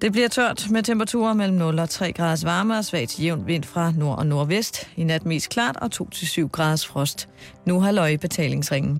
Det bliver tørt med temperaturer mellem 0 og 3 graders varme og svagt til jævn vind fra nord og nordvest. I nat mest klart og 2-7 graders frost. Nu halløj i betalingsringen.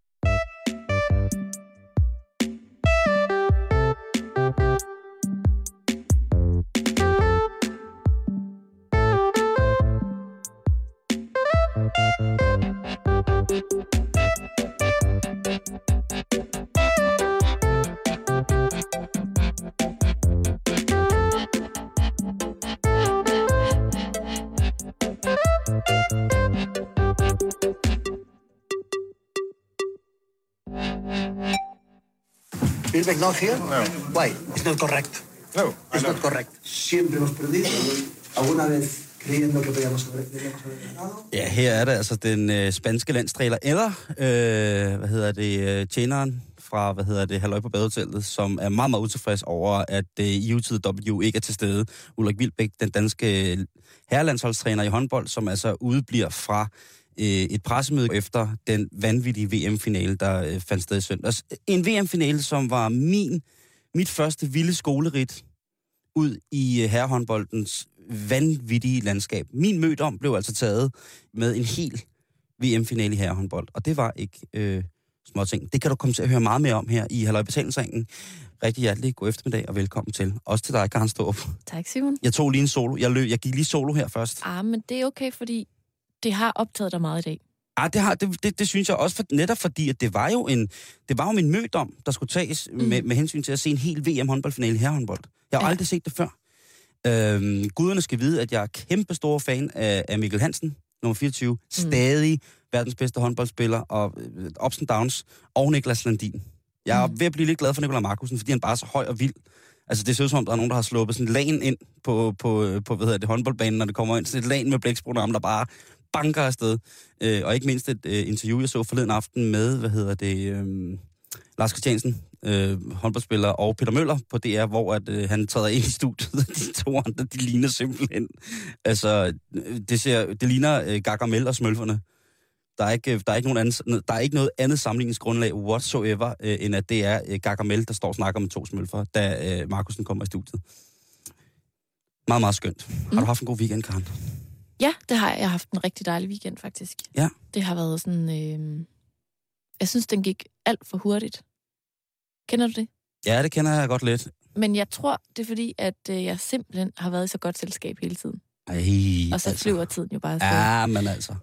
Feedback not here? No. Why? It's not correct. No, It's not correct. Siempre hemos perdido. ¿Alguna vez creyendo que debíamos haber ganado? Ja, her er det altså den spanske landstræler, eller, tjeneren fra, Halløj på Badehotellet, som er meget, meget utilfreds over, at IOTW ikke er til stede. Ulrik Wilbæk, den danske herrelandsholdstræner i håndbold, som altså udebliver fra et pressemøde efter den vanvittige VM-finale, der fandt sted i søndags. En VM-finale, som var mit første vilde skolerit ud i herrehåndboldens vanvittige landskab. Min mødom blev altså taget med en hel VM-finale i herrehåndbold, og det var ikke små ting. Det kan du komme til at høre meget mere om her i Halløj Betalingsringen. Rigtig hjertelig god eftermiddag og velkommen til. Også til dig, Karen Storp. Tak, Simon. Jeg tog lige en solo. Jeg gik lige solo her først. Men det er okay, fordi det har optaget dig meget i dag. Det synes jeg også, netop fordi, at det var jo min mødom, der skulle tages med hensyn til at se en hel VM-håndboldfinale i herrehåndbold. Jeg har aldrig set det før. Guderne skal vide, at jeg er kæmpe stor fan af Mikkel Hansen, nummer 24. Stadig verdens bedste håndboldspiller, og ups and downs, og Niklas Landin. Jeg er ved at blive lidt glad for Nikolaj Markusen, fordi han bare er så høj og vild. Altså, det ser ud som om, der er nogen, der har sluppet sådan et lagen ind på håndboldbanen, når det kommer ind. Sådan et lagen med blæksprutter, der bare banker afsted. Og ikke mindst et interview, jeg så forleden aften med, Lars Christiansen, håndboldspiller, og Peter Møller på DR, hvor at, han træder ind i studiet. De to andre, de ligner simpelthen. Altså, det ligner Gargamel og Smølferne. Der er ikke noget andet sammenligningsgrundlag whatsoever, end at det er Gargamel, der står og snakker med to smølfer, da Markusen kommer i studiet. Meget, meget skønt. Har du haft en god weekend, Karen? Ja, det har jeg. Jeg har haft en rigtig dejlig weekend, faktisk. Ja. Det har været sådan... Jeg synes, den gik alt for hurtigt. Kender du det? Ja, det kender jeg godt lidt. Men jeg tror, det er fordi, at jeg simpelthen har været i så godt selskab hele tiden. Ej, og så flyver tiden jo bare afsted. Ja, men altså.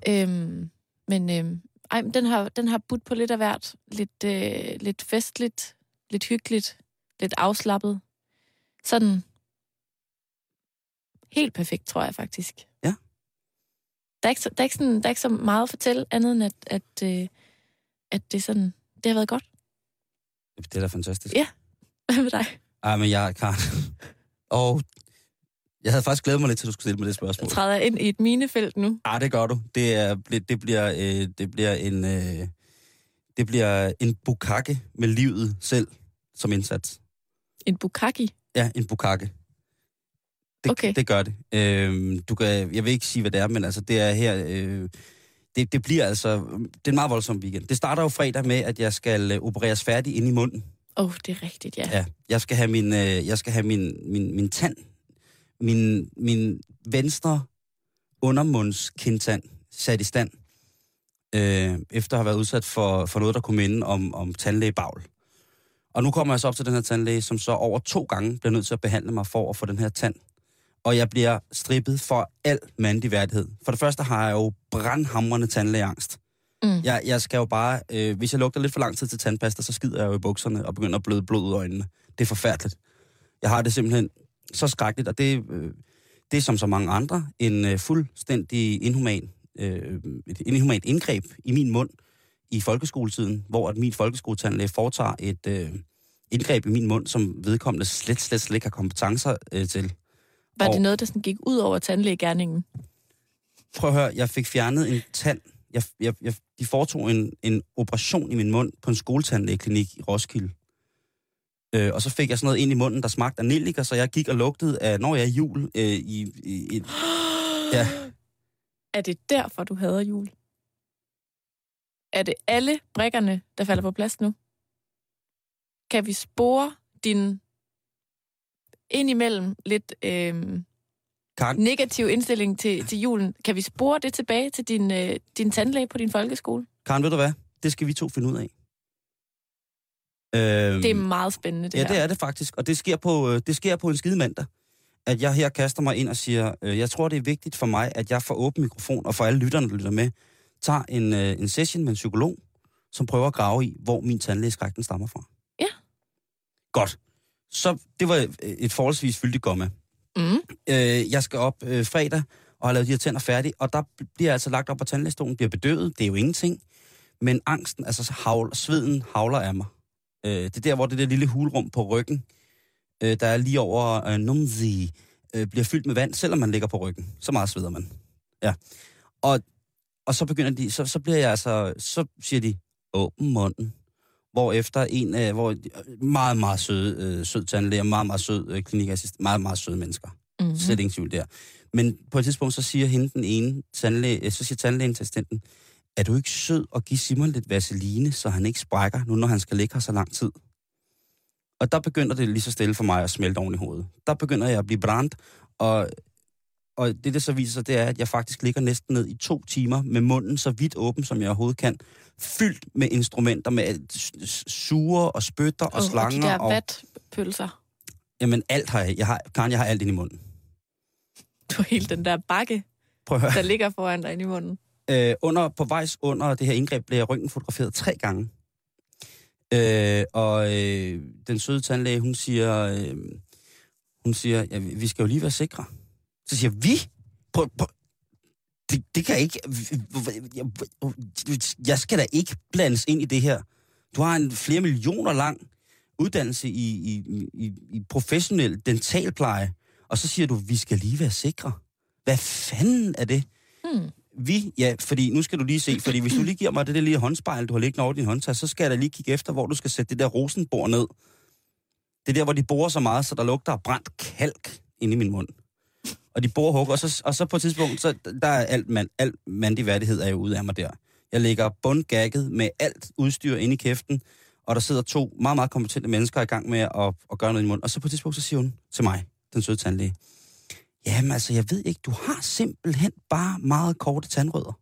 Men den har budt på lidt af hvert. Lidt festligt, lidt hyggeligt, lidt afslappet. Sådan helt perfekt, tror jeg faktisk. Ja. Der er ikke så meget at fortælle andet end, at det sådan, det har været godt. Det er da fantastisk. Ja, hvad med dig? Men jeg kan. Og jeg havde faktisk glædet mig lidt til, at du skulle stille mig det spørgsmål. Træder jeg ind i et minefelt nu? Det gør du. Det bliver en bukkake med livet selv som indsats. En bukkake? Ja, en bukkake. Okay. Det gør det. Jeg vil ikke sige, hvad det er, men altså, det er her... Det bliver altså... Det er en meget voldsom weekend. Det starter jo fredag med, at jeg skal opereres færdig inde i munden. Det er rigtigt, ja. Ja, jeg skal have min tand, min venstre undermundskindtand sat i stand, efter at have været udsat for noget, der kunne minde om tandlægebagl. Og nu kommer jeg så op til den her tandlæge, som så over 2 gange bliver nødt til at behandle mig for at få den her tand. Og jeg bliver strippet for al mandig værdighed. For det første har jeg jo brandhamrende tandlægeangst. Jeg skal jo bare, hvis jeg lugter lidt for lang tid til tandpasta, så skider jeg jo i bukserne og begynder at bløde blod ud af øjnene. Det er forfærdeligt. Jeg har det simpelthen så skrækkeligt, og det er som så mange andre en fuldstændig inhumant indgreb i min mund i folkeskoletiden, hvor at min folkeskoletandlæge foretager et indgreb i min mund, som vedkommende slet ikke har kompetencer til. Var det noget, der sådan gik ud over tandlægegerningen? Prøv at høre, jeg fik fjernet en tand. De foretog en operation i min mund på en skoletandlægeklinik i Roskilde. Og så fik jeg sådan noget ind i munden, der smagte af nelliker, så jeg gik og lugtede af, når jeg er jul ja. Er det derfor, du hader jul? Er det alle brikkerne, der falder på plads nu? Kan vi spore din indimellem lidt negativ indstilling til julen. Kan vi spore det tilbage til din tandlæge på din folkeskole? Karen, ved du hvad? Det skal vi to finde ud af. Det er meget spændende, det her. Ja, det er det faktisk. Og det sker på en skide mandag, at jeg her kaster mig ind og siger, jeg tror, det er vigtigt for mig, at jeg får åben mikrofon, og for alle lytterne, der lytter med, tager en session med en psykolog, som prøver at grave i, hvor min tandlægeskræk den stammer fra. Ja. Godt. Så det var et forholdsvis fyldigt gomme. Jeg skal op fredag og har lavet de her tænder færdige, og der bliver altså lagt op på tandlægestolen, bliver bedøvet, det er jo ingenting, men angsten, altså sveden havler af mig. Det er der, hvor det der lille hulrum på ryggen, der er lige over numsi, bliver fyldt med vand, selvom man ligger på ryggen. Så meget sveder man. Ja. Og så begynder de, så bliver jeg altså, så siger de, åbn munden. Hvorefter hvor meget, meget sød tandlæge, meget, meget sød klinikassistent, meget, meget søde mennesker. Mm-hmm. Slet ingen tvivl der. Men på et tidspunkt, så siger hende den ene tandlæge, så siger tandlægen til assistenten, er du ikke sød at give Simon lidt vaseline, så han ikke sprækker, nu når han skal ligge her så lang tid? Og der begynder det lige så stille for mig at smelte oven i hovedet. Der begynder jeg at blive brændt, og det så viser sig, det er, at jeg faktisk ligger næsten ned i 2 timer med munden så vidt åben, som jeg overhovedet kan. Fyldt med instrumenter, med suger og spytter og slanger. Og de der vatpølser. Jamen alt har jeg. Jeg har alt ind i munden. Du har hele den der bakke, der ligger foran dig ind i munden. På vejs under det her indgreb blev jeg røntgenfotograferet 3 gange. Den søde tandlæge, hun siger, ja, vi skal jo lige være sikre. Så siger vi? Det kan ikke... Jeg skal da ikke blandes ind i det her. Du har en flere millioner lang uddannelse i professionel dentalpleje, og så siger du, vi skal lige være sikre. Hvad fanden er det? Ja, fordi nu skal du lige se, fordi hvis du lige giver mig det der lille håndspejl, du har liggende over din håndtag, så skal jeg da lige kigge efter, hvor du skal sætte det der rosenbord ned. Det er der, hvor de borer så meget, så der lugter af brændt kalk inde i min mund. Og de borer hugger, og så på et tidspunkt, så der er alt mandig værdighed er jo ude af mig der. Jeg ligger bundgagget med alt udstyr inde i kæften, og der sidder 2 meget, meget kompetente mennesker i gang med at gøre noget i munden. Og så på et tidspunkt, så siger hun til mig, den søde tandlæge, jamen altså, jeg ved ikke, du har simpelthen bare meget korte tandrødder.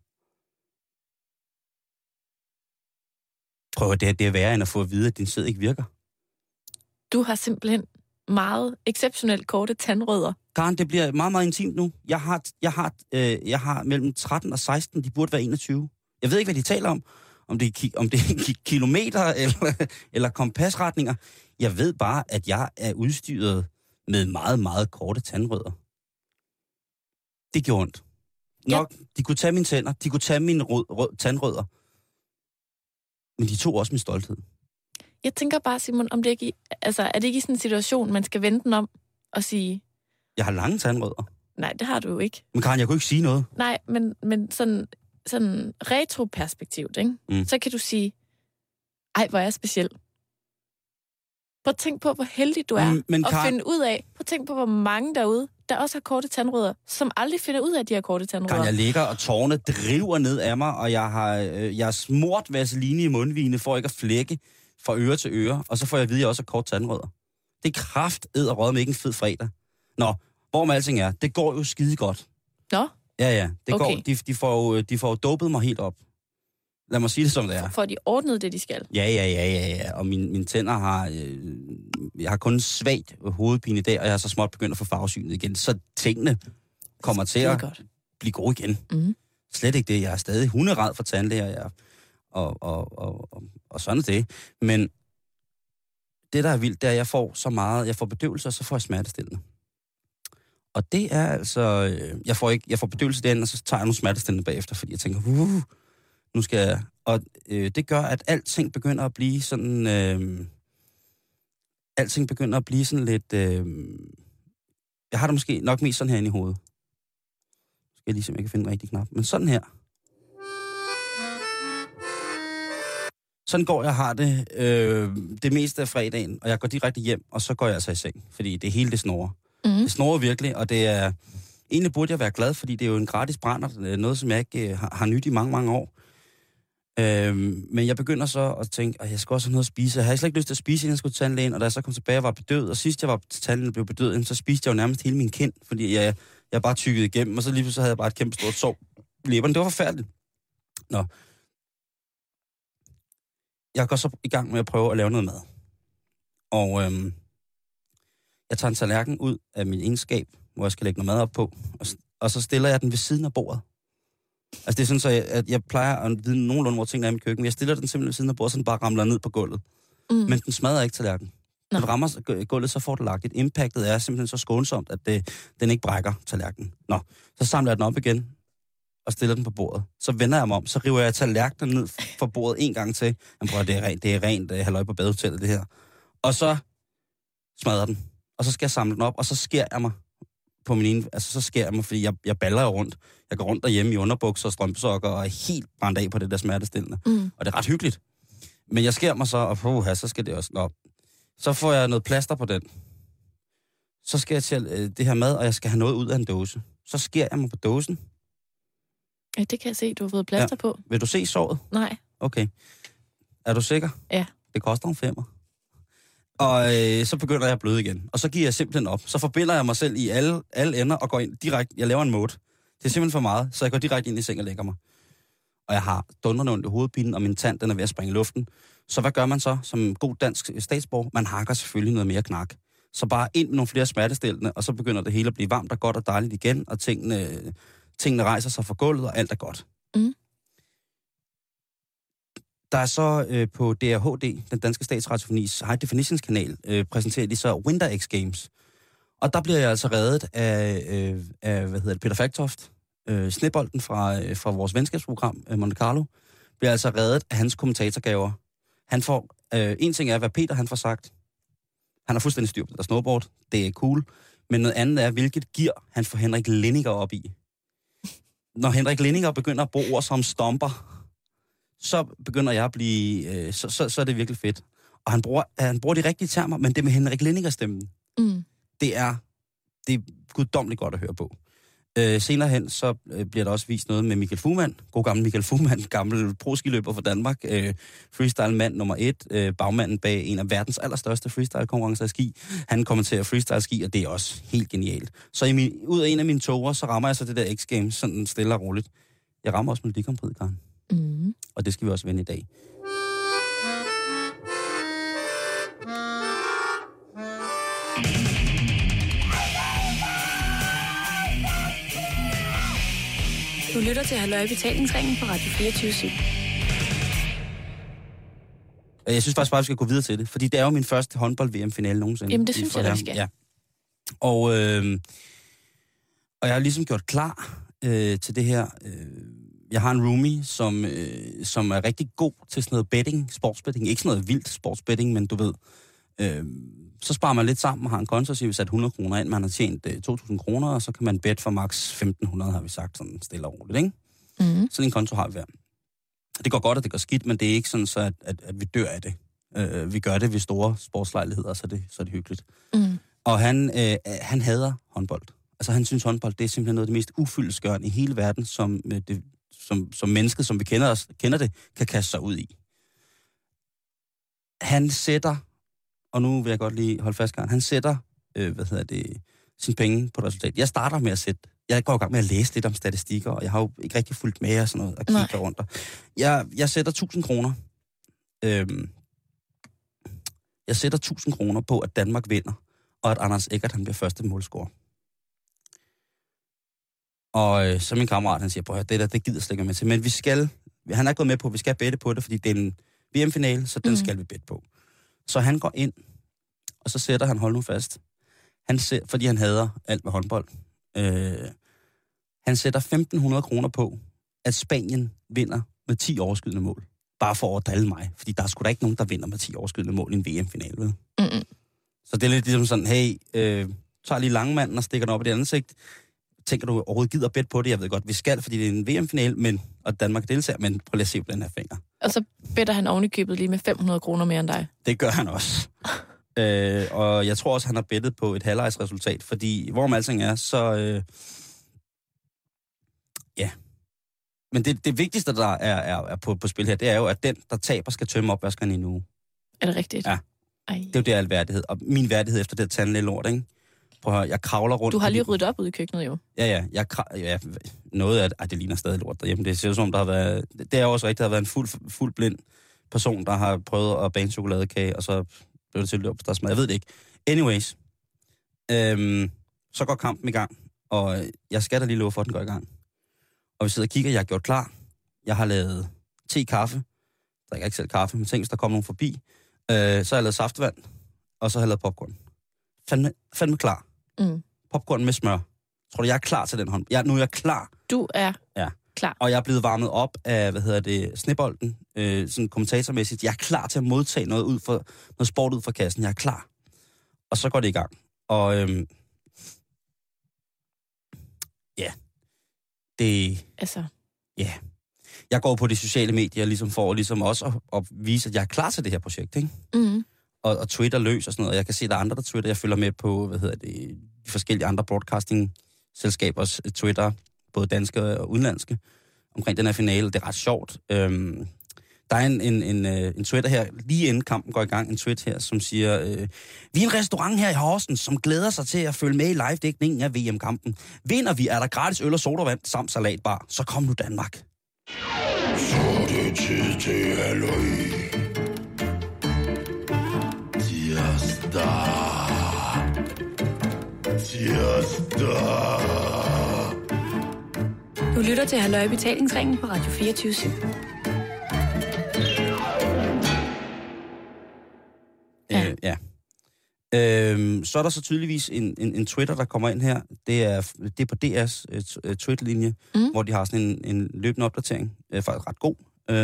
Prøv at det er værre end at få at vide, at din sæd ikke virker. Du har simpelthen meget exceptionelt korte tandrødder. Karen, det bliver meget, meget intimt nu. Jeg har mellem 13 og 16, de burde være 21. Jeg ved ikke, hvad de taler om. Om det er kilometer eller kompasretninger. Jeg ved bare, at jeg er udstyret med meget, meget korte tandrødder. Det gjorde ondt. Nok, de kunne tage mine tænder, de kunne tage mine tandrødder. Men de tog også min stolthed. Jeg tænker bare, Simon, om det ikke, altså, er det ikke i sådan en situation, man skal vente den om og sige... Jeg har lange tandrødder. Nej, det har du jo ikke. Men Karen, jeg kunne ikke sige noget. Nej, men sådan retroperspektivt, ikke? Så kan du sige, ej, hvor er jeg speciel. Prøv at tænke på, hvor heldig du er, og finde ud af, prøv at tænke på, hvor mange derude, der også har korte tandrødder, som aldrig finder ud af, at de har korte tandrødder. Kan jeg ligger, og tårne driver ned af mig, og jeg har smurt vaseline i mundvigene, for ikke at flække fra øre til øre, og så får jeg at vide, at jeg også har kort tandrødder. Det er kraftedderrød med ikke en fed fredag. Nå, hvor med alting er, det går jo skide godt. Nå? Ja, det går, de får jo dopet mig helt op. Lad mig sige det, som det er. Får de ordnet det, de skal? Ja. Og mine tænder har... jeg har kun en svagt hovedpine i dag, og jeg har så småt begyndt at få farvesynet igen. Så tingene kommer til at blive gode igen. Mm-hmm. Slet ikke det. Jeg er stadig hunderad for tandlæger, og sådan er det. Men det, der er vildt, det er, at jeg får så meget... Jeg får bedøvelse, og så får jeg smertestillende. Og det er altså... Jeg får bedøvelse derinde, og så tager jeg nogle smertestillende bagefter, fordi jeg tænker... Nu skal jeg... Og det gør, at alting begynder at blive sådan... alting begynder at blive sådan lidt... jeg har det måske nok mest sådan her inde i hovedet. Skal jeg lige se, om jeg kan finde en rigtig knap. Men sådan her. Sådan går jeg har det det meste af fredagen, og jeg går direkte hjem, og så går jeg altså i seng. Fordi det hele, det snorer. Mm-hmm. Det snorer virkelig, og det er... Egentlig burde jeg være glad, fordi det er jo en gratis brænder, noget som jeg ikke har nyt i mange, mange år. Men jeg begynder så at tænke, at jeg skal også have noget at spise. Jeg havde slet ikke lyst til at spise, inden jeg skulle til tandlægen, og da jeg så kom tilbage, jeg var bedøvet. Og sidst jeg var til tandlægen og blev bedøvet, så spiste jeg jo nærmest hele min kind, fordi jeg bare tykkede igennem, og så lige pludselig havde jeg bare et kæmpe stort sår i læberne. Det var forfærdeligt. Nå. Jeg går så i gang med at prøve at lave noget mad. Og jeg tager en tallerken ud af min indskab, hvor jeg skal lægge noget mad op på, og så stiller jeg den ved siden af bordet. Altså det er sådan, så jeg plejer at vide nogenlunde, hvor tingene er i mit køkken, men jeg stiller den simpelthen ved siden af bordet, så den bare ramler ned på gulvet. Men den smadrer ikke tallerkenen. Når den rammer gulvet, så får det lagt. Impactet er simpelthen så skånsomt, at den ikke brækker tallerkenen. Nå, så samler jeg den op igen og stiller den på bordet. Så vender jeg mig om, så river jeg tallerkenen ned fra bordet en gang til. Jamen prøv, det er rent halløj på badehotellet, det her. Og så smadrer den. Og så skal jeg samle den op, og så skærer jeg mig på min ene, altså så skærer jeg mig, fordi jeg baller jo rundt. Jeg går rundt derhjemme i underbukser og strømpesokker og er helt brændt af på det der smertestillende. Og det er ret hyggeligt. Men jeg skærer mig så, og så skal det også op. Så får jeg noget plaster på den. Så skal jeg til det her mad, og jeg skal have noget ud af en dåse. Så skærer jeg mig på dåsen. Ja, det kan jeg se, du har fået plaster på. Vil du se såret? Nej. Okay. Er du sikker? Ja. Det koster en 5'er. Og så begynder jeg at bløde igen. Og så giver jeg simpelthen op. Så forbinder jeg mig selv i alle ender og går ind direkte. Jeg laver en mode. Det er simpelthen for meget, så jeg går direkte ind i seng og lægger mig. Og jeg har dundrende ondt i hovedpinen, og min tand den er ved at springe i luften. Så hvad gør man så som god dansk statsborger? Man hakker selvfølgelig noget mere knak. Så bare ind med nogle flere smertestillende, og så begynder det hele at blive varmt og godt og dejligt igen, og tingene rejser sig fra gulvet, og alt er godt. Der er så på DRHD, den danske statsradiofonis High Definitions kanal, præsenterer de så Winter X Games. Og der bliver jeg altså reddet af Peter Falktoft, snebolden fra vores venskabsprogram, Monte Carlo, bliver altså reddet af hans kommentatorgaver. Han får, en ting er, hvad Peter han får sagt. Han har fuldstændig styr på det der snowboard. Det er cool. Men noget andet er, hvilket gear han får Henrik Lenninger op i. Når Henrik Lenninger begynder at bruge ord som stomper, så begynder jeg at blive... Så er det virkelig fedt. Og han bruger de rigtige termer, men det med Henrik Lenninger-stemmen, det er guddommeligt godt at høre på. Senere hen, så bliver der også vist noget med Michael Fuhrmann. God gammel Michael Fuhrmann, gammel pro-skiløber fra Danmark. Freestyle-mand nummer 1. Bagmanden bag en af verdens allerstørste freestyle-konkurrencer i ski. Han kommenterer freestyle-ski, og det er også helt genialt. Så ud af en af mine toger, så rammer jeg så det der X-Games, sådan stille og roligt. Jeg rammer også Melodi Grand Prix, Karen. Og det skal vi også vinde i dag. Du lytter til Halløj Betalingsringen på Radio 24/7. Jeg synes faktisk bare, vi skal gå videre til det, fordi det er jo min første håndbold-VM-finale nogensinde. Jamen, det synes jeg, vi skal. Ja. Og jeg har ligesom gjort klar til det her. Jeg har en roomie, som er rigtig god til sådan noget betting, sportsbetting. Ikke sådan noget vildt sportsbetting, men du ved... så sparer man lidt sammen og har en konto, så vi sat 100 kroner ind. Man har tjent 2.000 kroner, og så kan man bet for maks 1.500, har vi sagt, sådan stille og roligt, ikke? Sådan en konto har vi hver. Det går godt, og det går skidt, men det er ikke sådan, så at vi dør af det. Vi gør det ved store sportslejligheder, så er det hyggeligt. Og han hader håndbold. Altså han synes håndbold, det er simpelthen noget af det mest ufyldestgørende i hele verden, som mennesket, som vi kender det, kan kaste sig ud i. Han sætter, og nu vil jeg godt lige holde fast, han sætter, sine penge på et resultat. Jeg starter med at sætte, jeg går i gang med at læse lidt om statistikker, og jeg har jo ikke rigtig fulgt med og sådan noget, og kigger rundt. Jeg sætter 1.000 kroner. Jeg sætter 1.000 kroner på, at Danmark vinder, og at Anders Eggert, han bliver første målscorer. Og så min kammerat, han siger, prøv at det gider slet ikke med til. Men han er gået med på, at vi skal bette på det, fordi det er en VM-finale, så den skal vi bette på. Så han går ind, og så sætter han, hold nu fast, fordi han hader alt med håndbold. Han sætter 1.500 kroner på, at Spanien vinder med 10 overskydende mål. Bare for at drille mig, fordi der er sgu da ikke nogen, der vinder med 10 overskydende mål i en VM-finale, vel? Så det er lidt ligesom sådan, hey, tager lige langmanden og stikker den op i det ansigt. Tænker du overhovedet gider bet på det? Jeg ved godt, vi skal, fordi det er en VM-finale, og Danmark deltager, men prøv lige at se på den her finger. Og så better han oven i købet lige med 500 kroner mere end dig. Det gør han også. Og jeg tror også, han har bettet på et halvlejsresultat, fordi hvorom alting er, så Men det vigtigste, der er på spil her, det er jo, at den, der taber, skal tømme opvaskeren i en uge. Er det rigtigt? Ja. Ej. Det er jo det al værdighed. Og min værdighed efter det tandlægelort, ikke? Prøv at høre, jeg kravler rundt... Du har lige ryddet op ude i køkkenet, jo. Ja. Noget af det ligner stadig lort derhjemme. Det ser ud som, der har været... Det er også rigtigt, der har været en fuld blind person, der har prøvet at bage chokoladekage, og så blev det til løb på smad. Jeg ved det ikke. Anyways. Så går kampen i gang, og jeg skal da lige love for, at den går i gang. Og vi sidder og kigger, jeg har gjort klar. Jeg har lavet kaffe. Der er ikke selv kaffe, men tænk, hvis der kommer nogen forbi. Så har jeg lavet saftevand, og så har jeg lavet popcorn. Fandme klar. Popcorn med smør. Tror du, jeg er klar til den hånd? Nu er jeg klar. Du er klar. Og jeg er blevet varmet op af, snebolden, sådan kommentatormæssigt. Jeg er klar til at modtage noget sport ud fra kassen. Jeg er klar. Og så går det i gang. Og det... Altså... Ja. Jeg går på de sociale medier ligesom for ligesom også at vise, at jeg er klar til det her projekt, ikke? Mm. Og Twitter løs og sådan noget. Jeg kan se, at der er andre, der Twitter. Jeg følger med på, de forskellige andre broadcasting-selskabers Twitter, både danske og udenlandske, omkring den her finale. Det er ret sjovt. Der er en Twitter her, lige inden kampen går i gang, en tweet her, som siger, vi er en restaurant her i Horsens, som glæder sig til at følge med i live-dækningen af VM-kampen. Vinder vi, er der gratis øl og sodavand samt salatbar. Så kom nu Danmark. Så er det tid til halløj. Du lytter til Halløj Betalingsringen på Radio 24/7. Ja. Så er der så tydeligvis en Twitter, der kommer ind her. Det er på DR's Twitter-linje, hvor de har sådan en løbende opdatering. Faktisk ret god.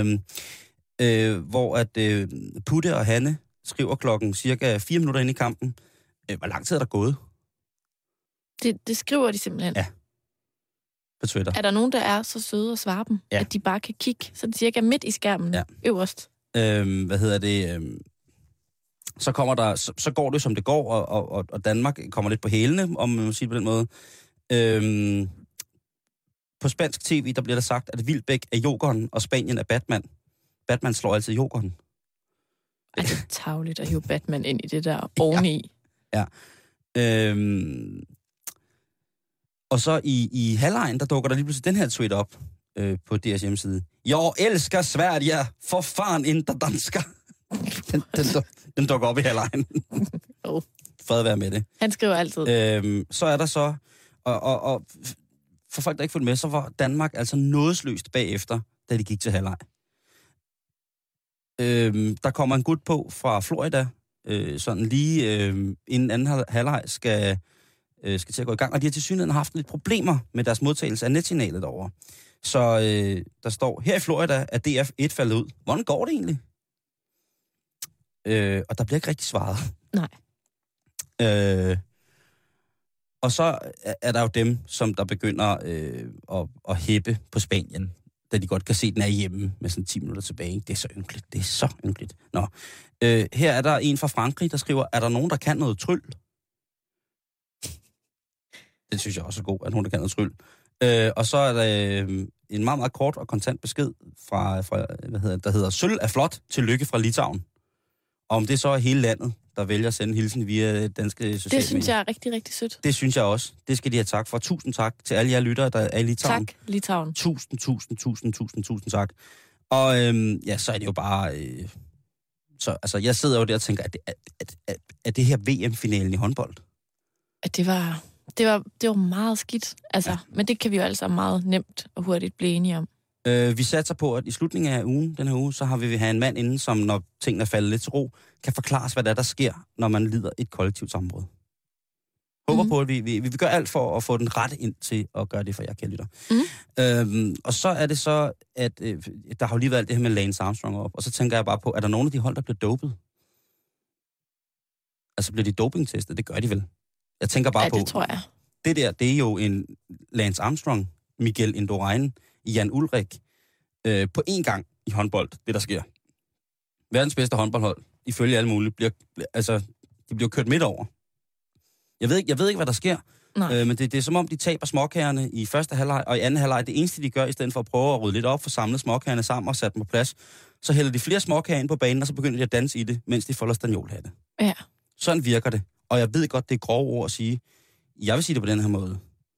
Hvor at Putte og Hanne skriver klokken cirka 4 minutter ind i kampen. Hvor lang tid er der gået? Det skriver de simpelthen. Ja. På Twitter. Er der nogen, der er så søde at svare dem, at de bare kan kigge sådan cirka midt i skærmen øverst? Så kommer der, så går det, som det går, og Danmark kommer lidt på hælene, om man må sige på den måde. På spansk tv, der bliver der sagt, at Wilbek er jokeren, og Spanien er Batman. Batman slår altid jokeren. Ej, det er tarveligt at hive Batman ind i det der oveni. Ja. Og så i halvlejen, der dukker der lige pludselig den her tweet op på deres hjemmeside. Jeg elsker Sverige, for fan inte dansker. Den dukker op i halvlejen. Fred være med det. Han skriver altid. Så er der så, og for folk, der ikke fulgte med, så var Danmark altså nådesløst bagefter, da de gik til halvleg. Der kommer en gut på fra Florida, sådan lige inden anden halvleg skal til at gå i gang, og de har tilsyneladende haft lidt problemer med deres modtagelse af netsignalet derovre. Så der står, her i Florida er DF1 faldet ud. Hvordan går det egentlig? Og der bliver ikke rigtig svaret. Nej. Og så er der jo dem, som der begynder at hæppe på Spanien, da de godt kan se, at den er hjemme med sådan 10 minutter tilbage. Det er så ynkeligt. Nå. Her er der en fra Frankrig, der skriver, er der nogen, der kan noget tryl? Det synes jeg også er god, at nogen, der kan noget tryl. Og så er der en meget, meget kort og kontant besked fra der hedder sølv er flot, til lykke fra Litauen. Og om det så er hele landet, der vælger at sende hilsen via danske sociale medier. Det synes jeg er rigtig, rigtig sødt. Det synes jeg også. Det skal de have tak for. Tusind tak til alle jer lyttere, der er i Litauen. Tak, Litauen. Tusind tak. Og så er det jo bare... Så jeg sidder jo der og tænker, at det her VM-finalen i håndbold? At det var meget skidt. Altså, ja. Men det kan vi jo altså meget nemt og hurtigt blive enige om. Vi satser på, at i slutningen af ugen, den her uge, så har vi have en mand inden, som når tingene er faldet lidt til ro, kan forklare os, hvad der sker, når man lider et kollektivt sammenbrud. Håber på, at vi vil gøre alt for at få den rette ind til at gøre det for jer, kære lytter. Og så er det så, at der har jo lige været alt det her med Lance Armstrong op, og så tænker jeg bare på, er der nogen af de hold, der bliver dopet? Altså bliver de dopingtestet? Det gør de vel. Jeg tænker bare på... det tror jeg. Det der, det er jo en Lance Armstrong, Miguel Indurain, Jan Ulrik, på én gang i håndbold, det der sker. Verdens bedste håndboldhold, ifølge alle mulige, de bliver kørt midt over. Jeg ved ikke, hvad der sker, Men det er som om, de taber småkagerne i første halvleg, og i anden halvleg, det eneste, de gør, i stedet for at prøve at rydde lidt op, for samle småkagerne sammen og sætte dem på plads, så hælder de flere småkager ind på banen, og så begynder de at danse i det, mens de folder stanjolhatte. Ja. Sådan virker det. Og jeg ved godt, det er grove ord at sige. Jeg vil sige det på den her måde.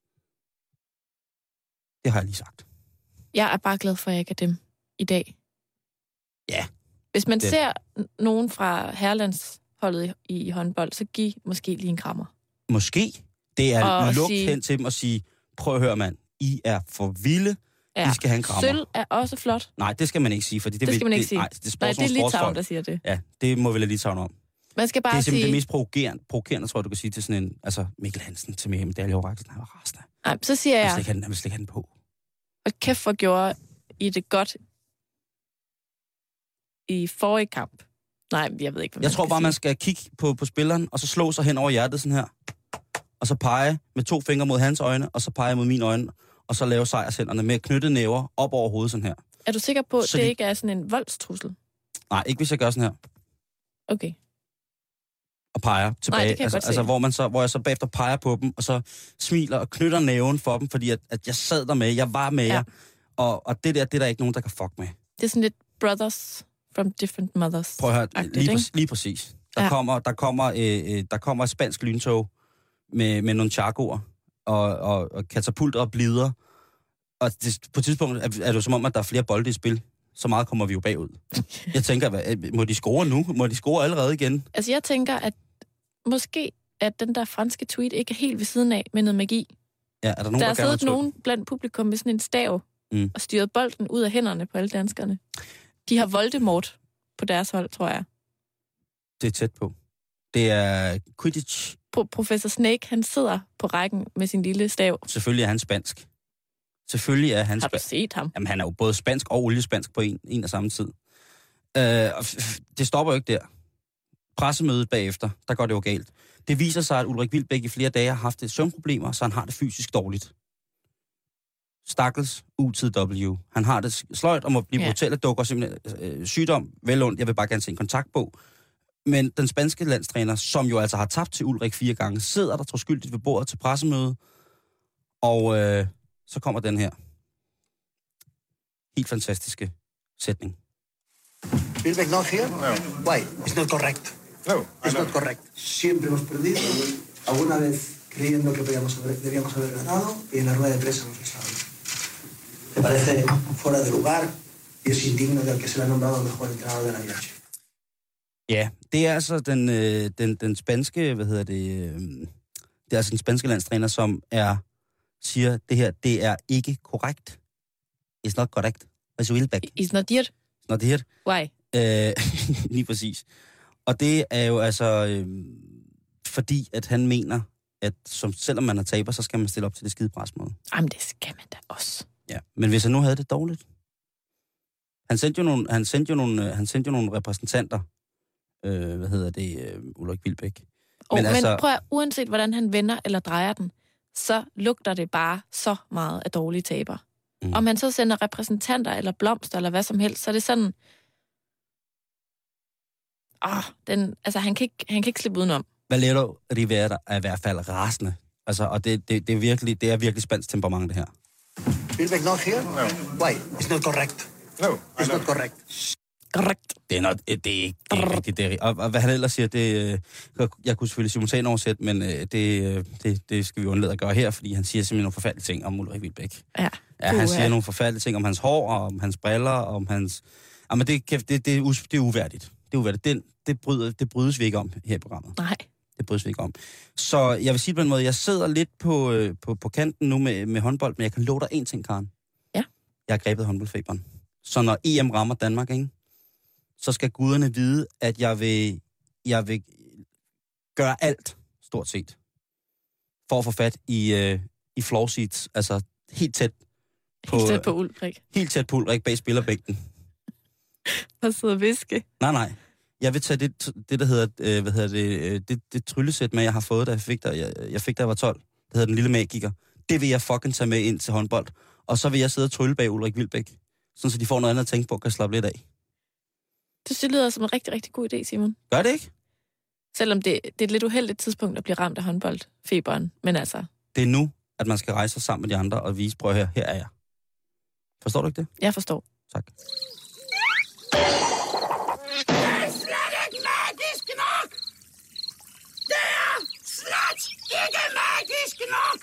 Det har jeg lige sagt. Jeg er bare glad for, at jeg ikke er dem i dag. Ja. Hvis man ser nogen fra herrelandsholdet i håndbold, så giv måske lige en krammer. Måske. Det er lugt hen til dem og sige, prøv at høre, mand, I er for vilde. Ja. I skal have en krammer. Sølv er også flot. Nej, det skal man ikke sige, fordi det skal man ikke sige. Nej, det er Litauen, der siger det. Ja, det må vi lade Litauen om. Man skal bare det er simpelthen sige... det mest provokerende, tror jeg, du kan sige til sådan en... Altså, Mikkel Hansen til mig, medaljeoverrækkelsen, han var rasende. Nej, så siger jeg... Han vil slet ikke have den på. Og kæft, hvor gjorde I det godt i forrige kamp. Nej, jeg ved ikke, hvad jeg tror bare, man skal kigge på spilleren, og så slå sig hen over hjertet sådan her. Og så pege med 2 fingre mod hans øjne, og så pege mod mine øjne, og så lave sejrshænderne med knyttede næver op over hovedet sådan her. Er du sikker på, at det ikke er sådan en voldstrussel? Nej, ikke hvis jeg gør sådan her. Okay. Og peger tilbage. Nej, det kan jeg altså hvor jeg så bagefter peger på dem, og så smiler og knytter næven for dem, fordi at jeg sad der med, jeg var med jer. Og det er der ikke nogen, der kan fuck med. Det er sådan lidt brothers from different mothers. Prøv at høre, lige præcis. Der kommer et spansk lyntog med nogle charcoer og katapulter og blider. Og på et tidspunkt er det jo som om, at der er flere bolde i spil. Så meget kommer vi jo bagud. Jeg tænker, må de score nu? Må de score allerede igen? Altså jeg tænker, at måske at den der franske tweet ikke er helt ved siden af med noget magi. Ja, er der nogen, der har siddet nogen blandt publikum med sådan en stav og styret bolden ud af hænderne på alle danskerne. De har Voldemort på deres hold, tror jeg. Det er tæt på. Det er Quidditch. Professor Snake, han sidder på rækken med sin lille stav. Selvfølgelig er han spansk. Selvfølgelig er han... Har du set ham? Jamen, han er jo både spansk og oliespansk på en og samme tid. Det stopper jo ikke der. Pressemødet bagefter, der går det jo galt. Det viser sig, at Ulrik Wilbek i flere dage har haft søvnproblemer, så han har det fysisk dårligt. Stakkels UTW. Han har det sløjt og må blive brutal og dukker simpelthen sygdom, vel ondt. Jeg vil bare gerne se en kontaktbog. Men den spanske landstræner, som jo altså har tabt til Ulrik 4 gange, sidder der troskyldigt ved bordet til pressemøde. Og så kommer den her helt fantastiske sætning. Wilbek not here? No. Why? It's not correct. No, it's not correct. Siempre hemos perdido. Alguna vez creyendo que debíamos haber ganado y en la rueda de prensa hemos estado. Me parece fuera de lugar y es indigno del que se le ha nombrado mejor entrenador de la IH. Ja, det er altså den spanske, det er altså den spanske landstræner, som siger, det her, det er ikke korrekt. It's not correct. Altså Wilbek. It's not here. It's not here. Why? Lige præcis. Og det er jo altså, fordi at han mener, at selvom man er taber, så skal man stille op til det skide presmøde. Jamen, det skal man da også. Ja, men hvis han nu havde det dårligt. Han sendte jo nogle repræsentanter, Ulrik Wilbek. Men altså, prøv at, uanset hvordan han vender eller drejer den, så lugter det bare så meget af dårlige taber. Om han så sender repræsentanter eller blomster eller hvad som helst, så er det sådan... han kan ikke slippe udenom. Valero Rivera er i hvert fald rasende. Altså, og det er virkelig spansk temperament, det her. Wilbek not here? No. Why? It's not correct. No, it's not correct. Korrekt. Det er ikke rigtigt. Og hvad han ellers siger, det... Jeg kunne selvfølgelig simultanoversætte, men det skal vi undlade at gøre her, fordi han siger simpelthen nogle forfærdelige ting om Ulrik Wilbek. Ja, han siger nogle forfærdelige ting om hans hår, og om hans briller, og om hans... Jamen, det er uværdigt. Det er uværdigt. Det brydes vi ikke om her i programmet. Nej. Det brydes vi ikke om. Så jeg vil sige på en måde, jeg sidder lidt på kanten nu med håndbold, men jeg kan love dig en ting, Karen. Ja. Jeg har grebet håndboldfeberen. Så når EM rammer Danmark, ikke, så skal guderne vide, at jeg vil gøre alt, stort set, for at få fat i floor seats, altså helt tæt på Ulrik. Helt tæt på Ulrik bag spillerbænken. Og sidde og viske. Nej. Jeg vil tage det der hedder, det tryllesæt med, jeg har fået, da jeg fik, da jeg var 12. Det hedder Den Lille Magiker. Det vil jeg fucking tage med ind til håndbold. Og så vil jeg sidde og trylle bag Ulrik Wilbek. Sådan, så de får noget andet at tænke på og kan slappe lidt af. Det lyder som en rigtig, rigtig god idé, Simon. Gør det ikke? Selvom det er et lidt uheldigt tidspunkt at blive ramt af håndboldfeberen. Men altså... Det er nu, at man skal rejse sig sammen med de andre og vise, prøv her er jeg. Forstår du ikke det? Jeg forstår. Tak. Det er slet ikke magisk nok! Det er slet ikke magisk nok!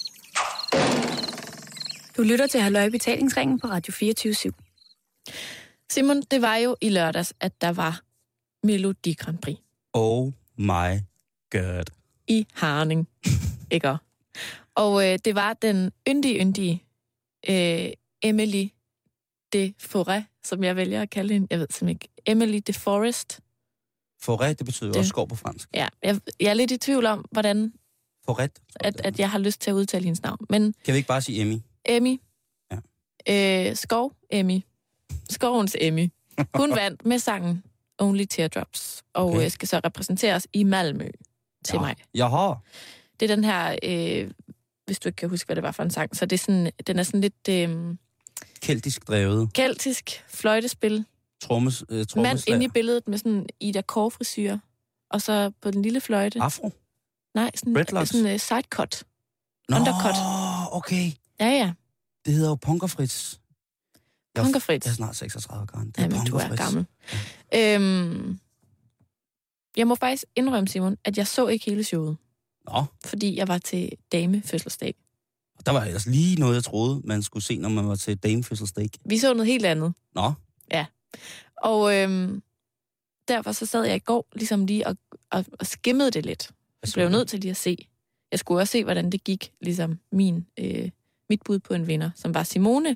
Du lytter til Halløj Betalingsringen på Radio 24/7. Simon, det var jo i lørdags, at der var Melodi Grand Prix. Oh my god. I Harning. Ikke? Og det var den yndige Emily de Forêt, som jeg vælger at kalde hende. Jeg ved simpelthen ikke. Emily de Forest. Forêt, det betyder også skov på fransk. Ja, jeg er lidt i tvivl om, hvordan Forêt, at jeg har lyst til at udtale hendes navn. Men kan vi ikke bare sige Emmy? Emmy. Ja. Skov Emmy. Skovens Emmy. Hun vandt med sangen Only Teardrops, og okay. Skal så repræsenteres i Malmø til mig. Jaha. Det er den her, hvis du ikke kan huske, hvad det var for en sang, så det er sådan, den er sådan lidt... keltisk drevet. Keltisk fløjtespil. Trommeslag. Mand inde i billedet med sådan Ida Kåre-frisyr, og så på den lille fløjte. Afro? Nej, sådan sidecut. Undercut. Okay. Ja. Det hedder jo Punkerfritz. Punkerfritz. Jeg er snart 36 år gammel. Jamen, du er gammel. Ja. Jeg må faktisk indrømme, Simon, at jeg så ikke hele showet. Nå. Fordi jeg var til damefødselsdag. Der var ellers lige noget, jeg troede, man skulle se, når man var til damefødselsdag. Vi så noget helt andet. Nå. Ja. Og derfor så sad jeg i går ligesom lige og skimmede det lidt. Jeg blev nødt til lige at se. Jeg skulle også se, hvordan det gik, ligesom mit bud på en vinder, som var Simone.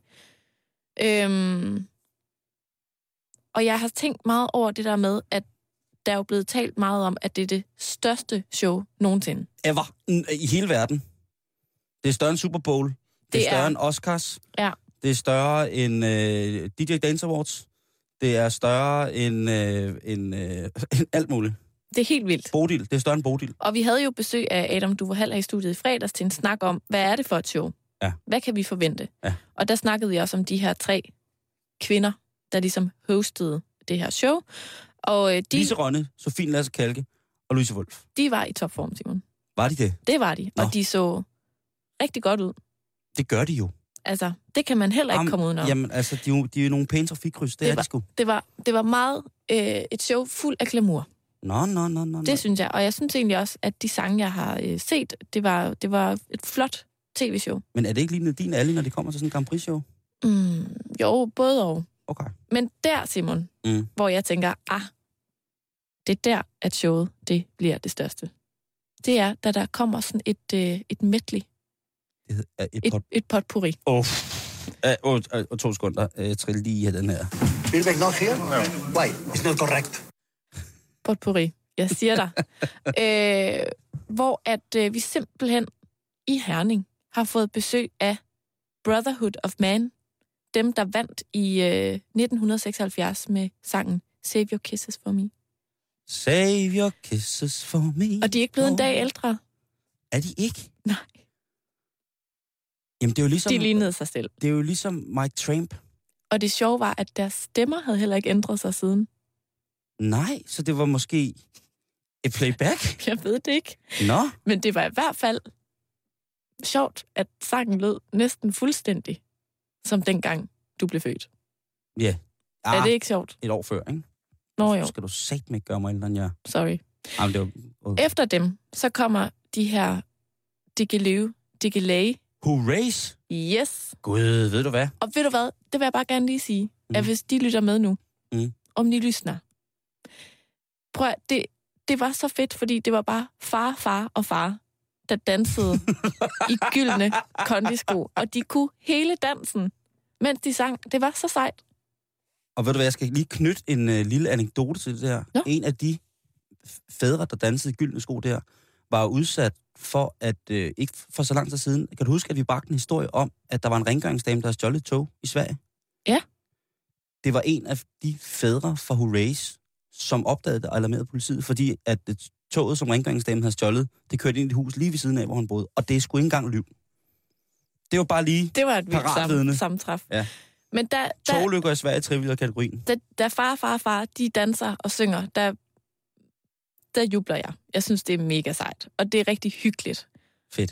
Og jeg har tænkt meget over det der med, at der er jo blevet talt meget om, at det er det største show nogensinde. Ever. I hele verden. Det er større end Super Bowl. Det er større end Oscars. Ja. Det er større end DJ Dance Awards. Det er større end alt muligt. Det er helt vildt. Bodil. Det er større end Bodil. Og vi havde jo besøg af Adam Duverhall i studiet i fredags til en snak om, hvad er det for et show? Ja. Hvad kan vi forvente? Ja. Og der snakkede vi også om de her 3 kvinder, der ligesom hostede det her show. Og Lise Rønne, Sofie Lasse Kalke og Louise Wolff. De var i topform, Simon. Var de det? Det var de. Nå. Og de så rigtig godt ud. Det gør de jo. Altså, det kan man heller ikke komme udenom. Jamen, altså, de er jo nogle pæne trafikkryds. Det er de sgu. Det var meget et show fuld af glamour. Nå. Det synes jeg. Og jeg synes egentlig også, at de sange, jeg har set, det var et flot tv-show. Men er det ikke lige din alley, når det kommer til sådan en Grand Prix-show? Jo, både og. Okay. Men der, Simon, hvor jeg tænker, det er der, at showet, det bliver det største. Det er, da der kommer sådan et medley. Et potpourri. 2 sekunder. Trill lige den her. Feedback not here? No. Why? It's not correct. Potpourri. Jeg siger dig. Hvor at vi simpelthen i Herning har fået besøg af Brotherhood of Man. Dem, der vandt i 1976 med sangen Save Your Kisses for Me. Save your kisses for me. Og de er ikke blevet en dag ældre. Er de ikke? Nej. Jamen, det er jo ligesom... De lignede sig selv. Det er jo ligesom Mike Tramp. Og det sjove var, at deres stemmer havde heller ikke ændret sig siden. Nej, så det var måske et playback? Jeg ved det ikke. Nå. Men det var i hvert fald sjovt, at sangen lød næsten fuldstændig, som dengang du blev født. Ja. Er det ikke sjovt? Et år før, ikke? Nå jo. Så skal du satme ikke gøre mig ældre end jeg. Sorry. Jamen, det var... Efter dem, så kommer de her Diggiley. Hurrays? Yes. Gud, ved du hvad? Og ved du hvad? Det vil jeg bare gerne lige sige, at hvis de lytter med nu, om de lysner. Prøv at, det var så fedt, fordi det var bare far og far, der dansede i gyldne kondisko. Og de kunne hele dansen, mens de sang. Det var så sejt. Og ved du hvad, jeg skal lige knytte en lille anekdote til det her. Ja. En af de fædre, der dansede i gyldne sko der, var udsat for, at ikke for så lang tid siden, kan du huske, at vi bragte en historie om, at der var en rengøringsdame, der havde stjålet et tog i Sverige? Ja. Det var en af de fædre fra Hurrays, som opdagede det og alarmerede politiet, fordi at toget, som rengøringsdamen havde stjålet, det kørte ind i et hus lige ved siden af, hvor han boede. Og det er sgu ikke engang lyv. Det var bare lige det var et vildt sammentræf. Ja. Men togulykker i Sverige trivial kategorien. Da far, de danser og synger, der jubler jeg. Jeg synes, det er mega sejt. Og det er rigtig hyggeligt. Fedt.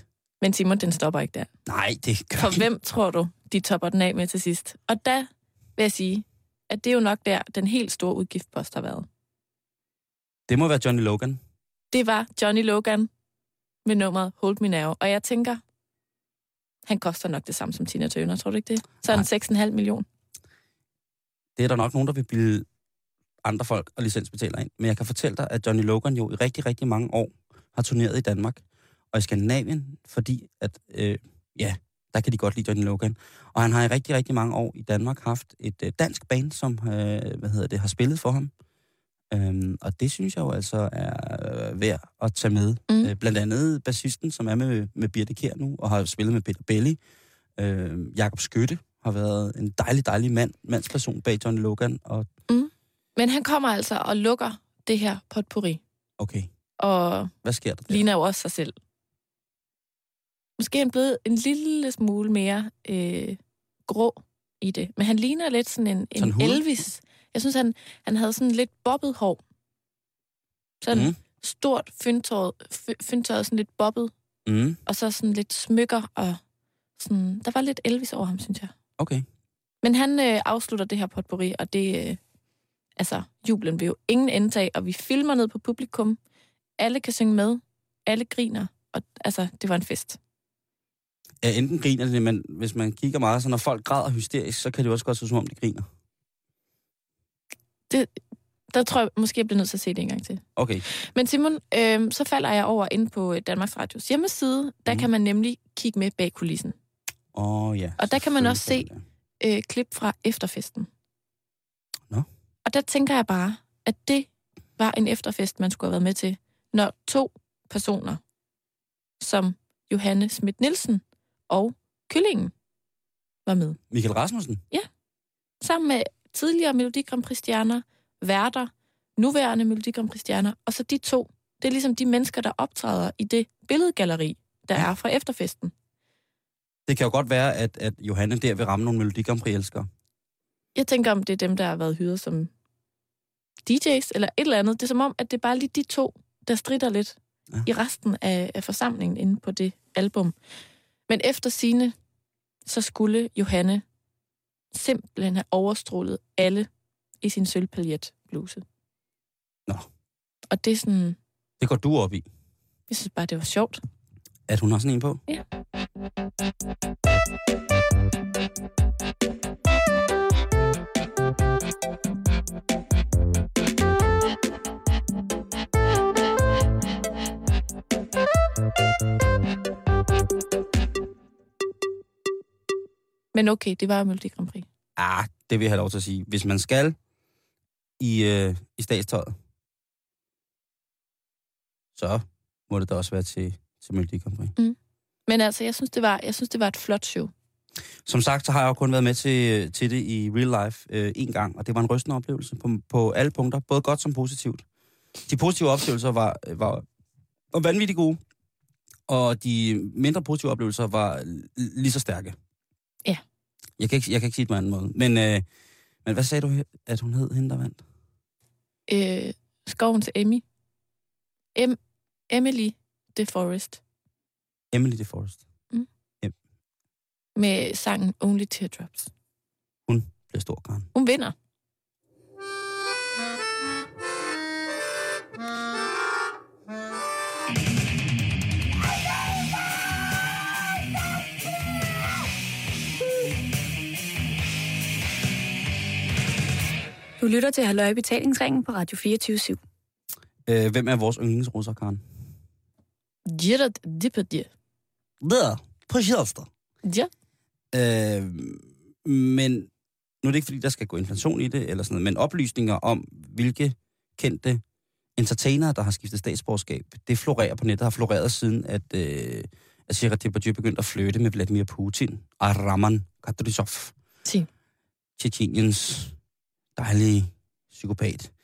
Men Simon, den stopper ikke der. Nej, det gør For hvem tror du, de topper den af med til sidst? Og der vil jeg sige, at det er jo nok der, den helt store udgiftpost har været. Det må være Johnny Logan. Det var Johnny Logan med nummeret Hold Me Now. Og jeg tænker, han koster nok det samme som Tina Turner, tror du ikke det? Så er den 6,5 million. Det er der nok nogen, der vil bilde andre folk og licensbetaler ind. Men jeg kan fortælle dig, at Johnny Logan jo i rigtig, rigtig mange år har turneret i Danmark og i Skandinavien, fordi at, der kan de godt lide Johnny Logan. Og han har i rigtig, rigtig mange år i Danmark haft et dansk band, som har spillet for ham. Og det synes jeg jo altså er værd at tage med. Blandt andet bassisten, som er med Birte Kjær nu, og har spillet med Peter Belli. Jakob Skytte har været en dejlig, dejlig mandsperson bag Johnny Logan. Og... Men han kommer altså og lukker det her potpourri. Okay. Og hvad sker der? Ligner jo også sig selv. Måske er han blevet en lille smule mere grå i det. Men han ligner lidt sådan en Elvis. Jeg synes, han havde sådan lidt bobbet hår. Sådan stort, fyndtøjet, sådan lidt bobbet. Og så sådan lidt smykker, og sådan... Der var lidt Elvis over ham, synes jeg. Okay. Men han afslutter det her potpourri, og det... jublen vil jo ingen endtag, og vi filmer ned på publikum. Alle kan synge med. Alle griner. Og det var en fest. Ja, enten griner det, men hvis man kigger meget, så når folk græder hysterisk, så kan det også godt se, som om de griner. Der tror jeg måske, jeg bliver nødt til at se det en gang til. Okay. Men Simon, så falder jeg over ind på Danmarks Radios hjemmeside. Der kan man nemlig kigge med bag kulissen. Ja. Og der kan man også se klip fra efterfesten. Nå. Og der tænker jeg bare, at det var en efterfest, man skulle have været med til, når 2 personer, som Johanne Schmidt-Nielsen og Kyllingen, var med. Michael Rasmussen? Ja. Sammen med tidligere Melodi Grand Prix-stjerner, værter, nuværende Melodi Grand Prix-stjerner, og så de 2. Det er ligesom de mennesker, der optræder i det billedgalleri, der er fra efterfesten. Det kan jo godt være, at Johanne der vil ramme nogle Melodi Grand Prix-elskere. Jeg tænker, om det er dem, der har været hyret som DJ's eller et eller andet. Det er som om, at det er bare lige de 2, der stritter lidt i resten af forsamlingen inde på det album. Men efter sigende, så skulle Johanne simpelthen have overstrålet alle i sin sølvpaljetbluse. Nå. Og det er sådan... Det går du op i. Jeg synes bare, det var sjovt. At hun har sådan en på? Ja. Men okay, det var jo Melodi Grand Prix. Det vil jeg have lov til at sige. Hvis man skal i statstøjet, så må det da også være til Melodi Grand Prix. Men jeg synes, det var et flot show. Som sagt, så har jeg jo kun været med til det i real life en gang, og det var en rystende oplevelse på alle punkter, både godt som positivt. De positive oplevelser var vanvittigt gode, og de mindre positive oplevelser var lige så stærke. Ja. Jeg kan ikke sige det på en anden måde. Men hvad sagde du, at hun hed, hende der vandt? Skovens Emmy. Emily DeForest. Emily DeForest. Yep. Med sangen Only Teardrops. Hun bliver stor, Karen. Hun vinder. Du lytter til Halløj Betalingsringen på Radio 24/7. Hvem er vores yndlingsrusser, Karen? Gerard Depardieu. Der, på Sjælster. Ja. Men nu er det ikke, fordi der skal gå inflation i det, eller sådan noget, men oplysninger om, hvilke kendte entertainere, der har skiftet statsborgerskab, det florerer på nettet, har floreret siden, at Gerard Depardieu begyndte at flytte med Vladimir Putin og Roman Kadyrov. Tjetjeniens dejlige psykopat.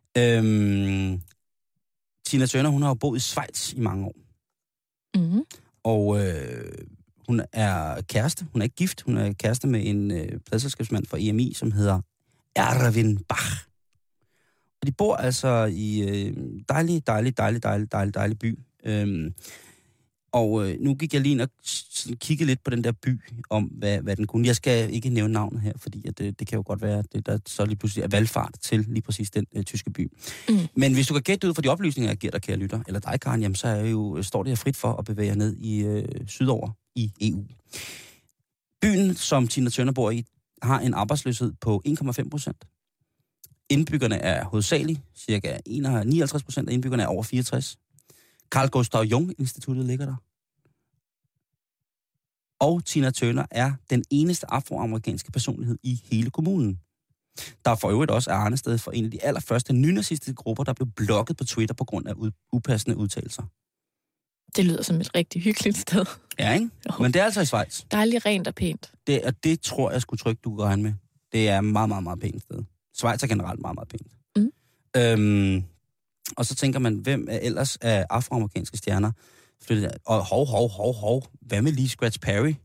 Tina Turner, hun har jo boet i Schweiz i mange år. Mm-hmm. Og hun er kæreste. Hun er ikke gift. Hun er kæreste med en pladselskabsmand fra EMI, som hedder Erwin Bach. Og de bor altså i dejlig by. Og nu gik jeg lige ind og kiggede lidt på den der by, om hvad den kunne. Jeg skal ikke nævne navnet her, fordi at det kan jo godt være, at der så lige pludselig er valgfart til lige præcis den tyske by. Men hvis du kan gætte ud fra de oplysninger, jeg giver dig, kære lytter, eller dig, Karen, jamen, så står det her frit for at bevæge jer ned i sydover i EU. Byen, som Tina Turner bor i, har en arbejdsløshed på 1,5%. Indbyggerne er hovedsageligt, cirka 59% af indbyggerne er over 64. Carl Gustav Jung-instituttet ligger der. Og Tina Turner er den eneste afroamerikanske personlighed i hele kommunen. Der er for øvrigt også arnested for en af de allerførste nynazistiske grupper, der blev blokket på Twitter på grund af upassende udtalelser. Det lyder som et rigtig hyggeligt sted. Ja, ikke? Jo. Men det er altså i Schweiz. Dejligt rent og pænt. Det tror jeg sgu trygt, du kan regne med. Det er meget, meget, meget pænt sted. Schweiz er generelt meget, meget pænt. Og så tænker man, hvem er ellers af afroamerikanske stjerner? Og hov, hvad med lige Scratch Perry?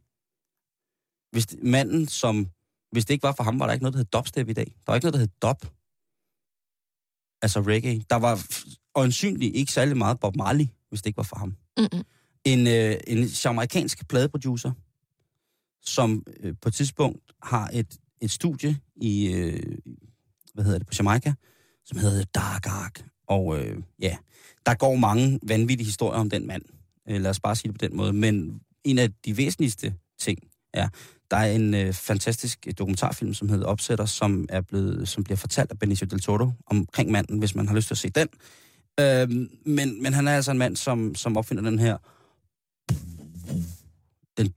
Hvis det ikke var for ham, var der ikke noget, der hed dubstep i dag. Der var ikke noget, der hed dub. Altså reggae. Der var øjensynligt ikke særlig meget Bob Marley, hvis det ikke var for ham. En jamaikansk pladeproducer, som på et tidspunkt har et studie i, på Jamaica, som hedder Dark Ark. Og der går mange vanvittige historier om den mand. Lad os bare sige det på den måde. Men en af de væsentligste ting er, der er en fantastisk dokumentarfilm, som hedder Opsætter, som bliver fortalt af Benicio del Toro omkring manden, hvis man har lyst til at se den. Men han er altså en mand, som opfinder den her den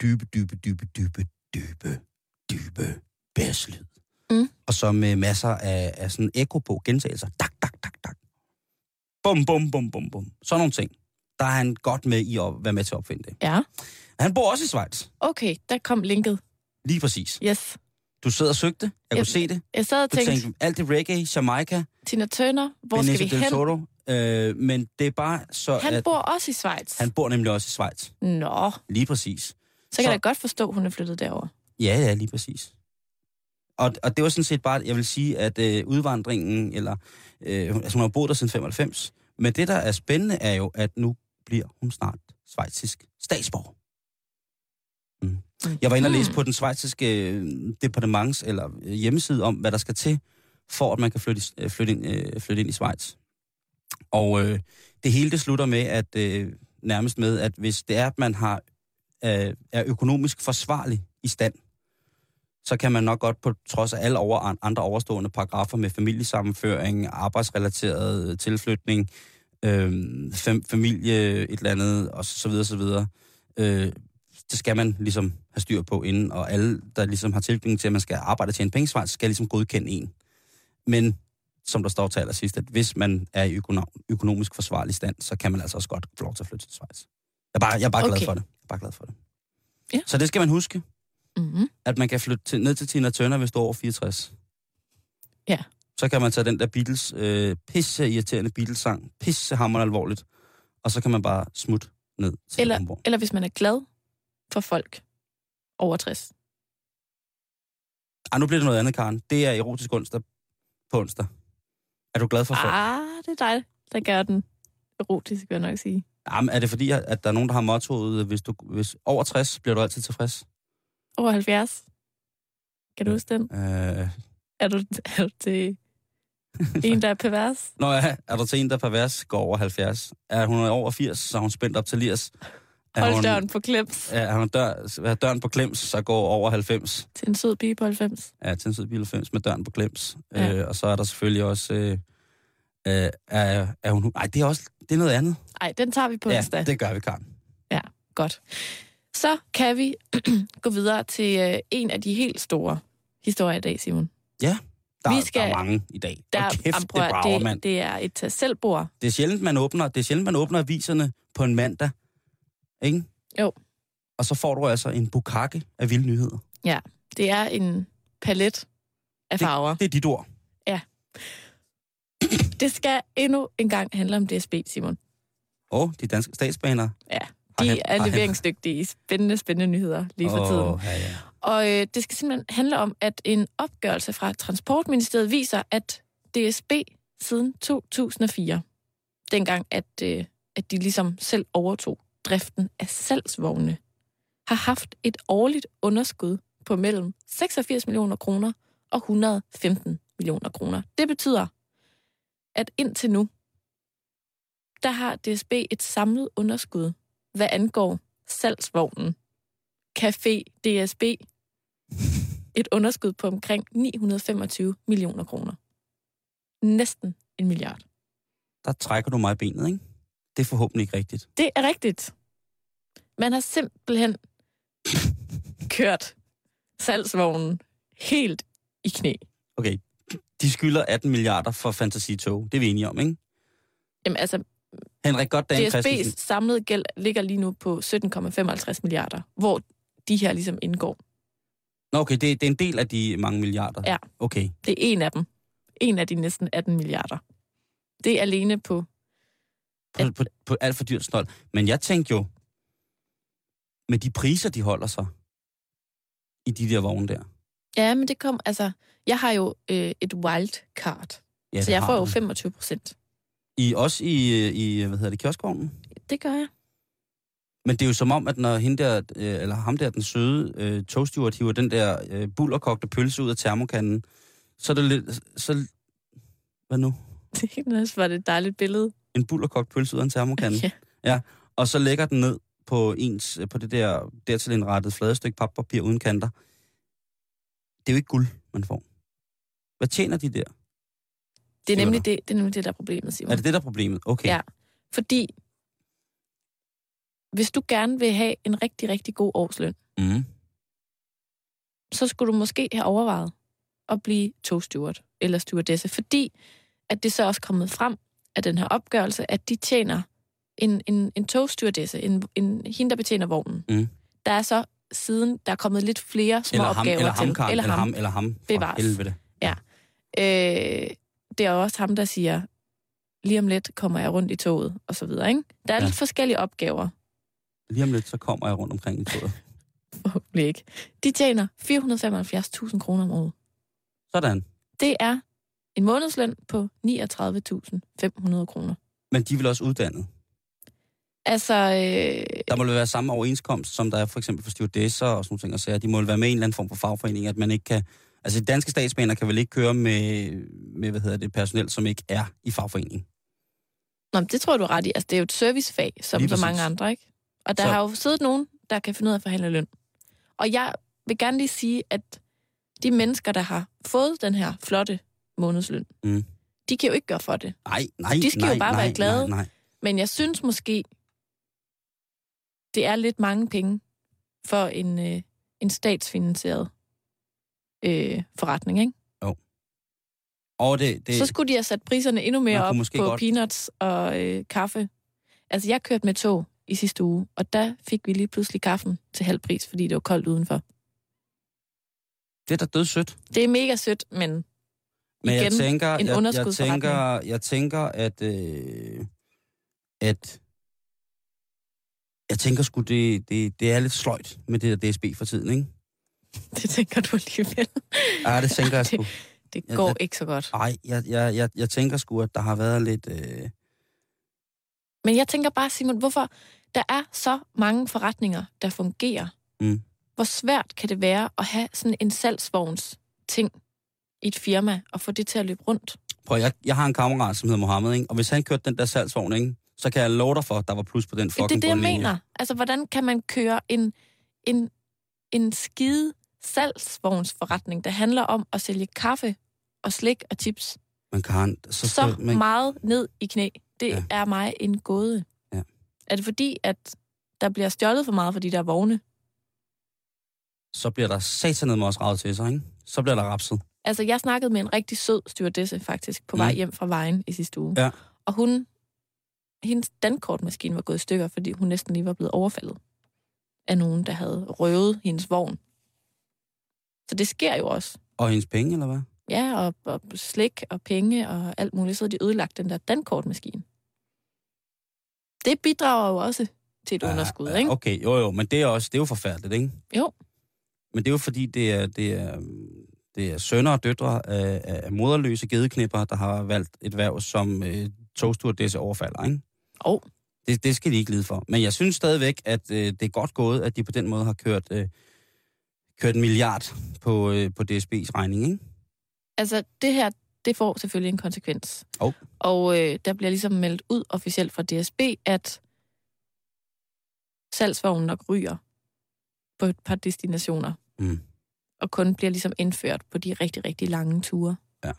dybe basslyd. Og så med masser af sådan ekko på gentagelser. Dak, dak, dak, dak. Bum, bum, bum, bum, bum. Sådan nogle ting. Der er han godt med i at være med til at opfinde det. Ja. Han bor også i Schweiz. Okay, der kom linket. Lige præcis. Yes. Du sad og søgte. Jeg kunne se det. Jeg sad og tænkte alt det reggae, Jamaica. Tina Turner, hvor skal vi hen? Toro. Men det er bare så, han bor også i Schweiz. Han bor nemlig også i Schweiz. Nå. Lige præcis. Så kan jeg godt forstå, at hun er flyttet derover. Ja, lige præcis. Og det var sådan set bare, jeg vil sige, at udvandringen, eller hun har boet der siden 95, men det, der er spændende, er jo, at nu bliver hun snart schweizisk statsborger. Jeg var inde og læse på den schweiziske departements eller hjemmeside om, hvad der skal til, for at man kan flytte ind i Schweiz. Og det hele det slutter med, at nærmest med, at hvis det er, at man er økonomisk forsvarlig i stand, så kan man nok godt på trods af alle andre overstående paragrafer med familiesammenføring, arbejdsrelateret tilflytning, familie, et eller andet, og så videre, det skal man ligesom have styr på inden, og alle, der ligesom har tilknytning til, at man skal arbejde til en pengesvejs, skal ligesom godkende en. Men, som der står til allersidst, at hvis man er i økonomisk forsvarlig stand, så kan man altså også godt få lov til at flytte til Schweiz. Jeg er bare glad for det. Ja. Så det skal man huske. At man kan flytte ned til Tina Turner, hvis du er over 64. Ja. Så kan man tage den der Beatles, pisse irriterende Beatles-sang, pisse hammerende alvorligt, og så kan man bare smutte ned til Hamburg. Eller hvis man er glad for folk over 60. Nu bliver det noget andet, Karen. Det er erotisk onsdag på onsdag. Er du glad for folk? Det er dig, der gør den erotisk, vil jeg nok sige. Jamen, er det fordi, at der er nogen, der har mottoet, hvis over 60, bliver du altid tilfreds? Over 70? Kan du huske den? Er du til en, der er pervers? Nå ja, er du til en, der er pervers, går over 70. Er hun over 80, så er hun spændt op til lirs. Hold døren på klems. Er hun døren på klems, så går over 90. Til en sød pige på 90. Ja, til en sød pige på 90 med døren på klems. Ja. Og så er der selvfølgelig også... er hun... Nej, det er noget andet. Nej, den tager vi på onsdag. Ja, det gør vi, Karen. Ja, godt. Så kan vi gå videre til en af de helt store historier i dag, Simon. Ja, der er mange i dag. Det er et tag-selv-bord. Det er sjældent, man åbner aviserne på en mandag. Ikke? Jo. Og så får du altså en bukakke af vilde nyheder. Ja, det er en palet af farver. Det er dit ord. Ja. Det skal endnu en gang handle om DSB, Simon. De danske statsbaner. Ja, de er leveringsdygtige i spændende nyheder lige for tiden. Ja. Og det skal simpelthen handle om, at en opgørelse fra Transportministeriet viser, at DSB siden 2004, dengang at de ligesom selv overtog driften af salgsvogne har haft et årligt underskud på mellem 86 millioner kroner og 115 millioner kroner. Det betyder, at indtil nu, der har DSB et samlet underskud, hvad angår salgsvognen Café DSB, et underskud på omkring 925 millioner kroner. Næsten 1 milliard. Der trækker du mig i benet, ikke? Det er forhåbentlig ikke rigtigt. Det er rigtigt. Man har simpelthen kørt salgsvognen helt i knæ. Okay, de skylder 18 milliarder for fantasitog. Det er vi enige om, ikke? Jamen altså, Henrik Goddagen Christensen. DSB's samlede gæld ligger lige nu på 17,55 milliarder, hvor de her ligesom indgår. Okay, det er en del af de mange milliarder? Ja. Okay. Det er en af dem. En af de næsten 18 milliarder. Det er alene på alt for dyrt snold. Men jeg tænkte jo, med de priser, de holder sig i de der vogne der. Ja, men det kom, altså, jeg har jo et wildcard, så jeg får jo 25%. Også i kioskvognen? Det gør jeg. Men det er jo som om, at når hende der, eller ham der, den søde togsteward, hiver den der bullerkogte pølse ud af termokanden, så er det lidt, hvad nu? Det var det et dejligt billede. En bullerkogt pølse ud af en termokande. Ja. Ja, og så lægger den ned på det der dertil indrettet flade stykke pappapir uden kanter. Det er jo ikke guld, man får. Hvad tjener de der? Det er nemlig det, der er problemet, Simon. Er det der er problemet? Okay. Ja, fordi hvis du gerne vil have en rigtig, rigtig god årsløn, så skulle du måske have overvejet at blive togsteward eller stewardesse, fordi at det så også kommet frem af den her opgørelse, at de tjener en togstewardesse, hende, der betjener vognen. Der er så siden, der er kommet lidt flere små opgaver til. Eller ham. Bevares. Helvede. Ja. Det er også ham, der siger, lige om lidt kommer jeg rundt i toget, og så videre, ikke? Der er lidt forskellige opgaver. Lige om lidt, så kommer jeg rundt omkring i toget. Forhåbentlig ikke. De tjener 475.000 kroner om året. Sådan. Det er en månedsløn på 39.500 kroner. Men de vil også uddannet? Altså... Der må være samme overenskomst, som der er for eksempel for stewardesser og sådan nogle ting. De må være med i en eller anden form for fagforening, at man ikke kan... Altså, de danske statsbaner kan vel ikke køre med personel, som ikke er i fagforeningen? Nå, det tror du ret i. Altså, det er jo et servicefag, som så mange andre, ikke? Og der har jo siddet nogen, der kan finde ud af at forhandle løn. Og jeg vil gerne lige sige, at de mennesker, der har fået den her flotte månedsløn, de kan jo ikke gøre for det. Nej. De skal jo bare være glade. Nej. Men jeg synes måske, det er lidt mange penge for en statsfinansieret forretning, ikke? Jo. Og så skulle de have sat priserne endnu mere op på peanuts og kaffe. Altså, jeg kørte med tog i sidste uge, og der fik vi lige pludselig kaffen til halv pris, fordi det var koldt udenfor. Det er da dødsødt. Det er mega sødt, men igen, jeg tænker, en underskudsforretning. Jeg tænker, jeg tænker sgu, det er lidt sløjt med det der DSB for tiden, ikke? Det tænker du alligevel. Ja, det tænker jeg sgu. Det går ikke så godt. Nej, jeg tænker sgu, at der har været lidt... Men jeg tænker bare, Simon, hvorfor der er så mange forretninger, der fungerer. Hvor svært kan det være at have sådan en salgsvogns ting i et firma og få det til at løbe rundt? Prøv, jeg har en kammerat, som hedder Mohammed, ikke? Og hvis han kørte den der salgsvogn, ikke? Så kan jeg love dig for, at der var plus på den fucking bundlinje. Det er det, jeg mener. Altså, hvordan kan man køre en skide salgsvognsforretning, der handler om at sælge kaffe og slik og chips? Man kan så meget ned i knæ. Det er mig en gåde. Ja. Er det fordi, at der bliver stjålet for meget for de der vogne? Så bliver der satanet med os ravet til sig, ikke? Så bliver der rapset. Altså, jeg snakkede med en rigtig sød stewardesse, faktisk, på vej hjem fra Vejen i sidste uge. Ja. Og hendes dankortmaskine var gået i stykker, fordi hun næsten lige var blevet overfaldet af nogen, der havde røvet hendes vogn. Så det sker jo også. Og hendes penge, eller hvad? Ja, og slik og penge og alt muligt. Så havde de ødelagt den der dankortmaskine. Det bidrager jo også til et underskud, ikke? Okay, jo, men det er jo forfærdeligt, ikke? Jo. Men det er jo fordi, det er sønner og døtre af moderløse gedeknipper, der har valgt et værv som togstewardesse overfalder, ikke? Det skal de ikke lide for. Men jeg synes stadigvæk, at det er godt gået, at de på den måde har kørt 1 milliard på DSB's regning, ikke? Altså, det her, det får selvfølgelig en konsekvens. Og der bliver ligesom meldt ud officielt fra DSB, at salgsvognen nok ryger på et par destinationer. Og kun bliver ligesom indført på de rigtig, rigtig lange ture. Ja.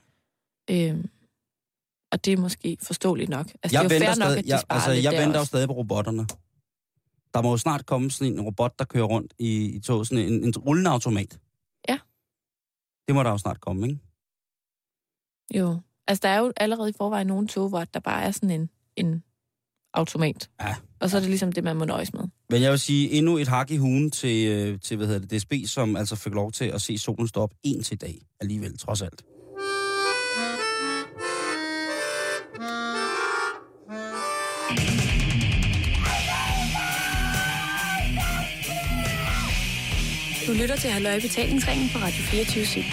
Og det er måske forståeligt nok. Altså, det er jo fair nok, at de sparer lidt jeg der venter jo også. stadig på robotterne. Der må jo snart komme sådan en robot, der kører rundt i toget, sådan en rullende automat. Ja. Det må der jo snart komme, ikke? Jo. Altså, der er jo allerede i forvejen nogle tog, hvor der bare er sådan en automat. Ja. Og så er det ligesom det, man må nøjes med. Men jeg vil sige, endnu et hak i hugen til DSB, som altså fik lov til at se solen stå op en til dag alligevel, trods alt. Du lytter til Halløj Betalingsringen på Radio 24/7.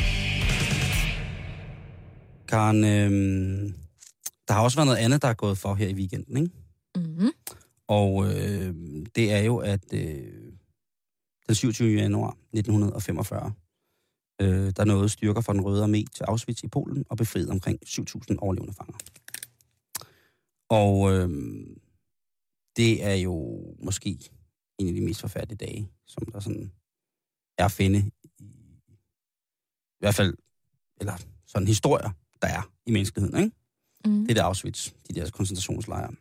Karen, der har også været noget andet, der er gået for her i weekenden, ikke? Mm-hmm. Og det er jo, at den 27. januar 1945, der nåede styrker fra den Røde Armé til Auschwitz i Polen og befriede omkring 7.000 overlevende fanger. Og det er jo måske en af de mest forfærdelige dage, som der sådan er at finde i hvert fald, eller sådan historier, der er i menneskeheden, ikke? Mm. Det er der Auschwitz, de der koncentrationslejre.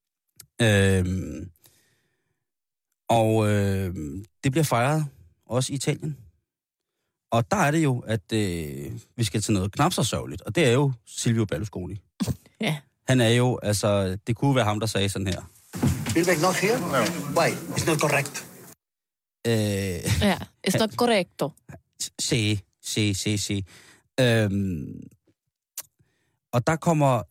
Det bliver fejret også i Italien. Og der er det jo, at vi skal til noget knap så sørgeligt, og det er jo Silvio Berlusconi. Ja. Han er jo, altså, det kunne være ham, der sagde sådan her. Feedback not here? No. Why? It's not correct. Ja, it's not correcto. Se. Og der kommer,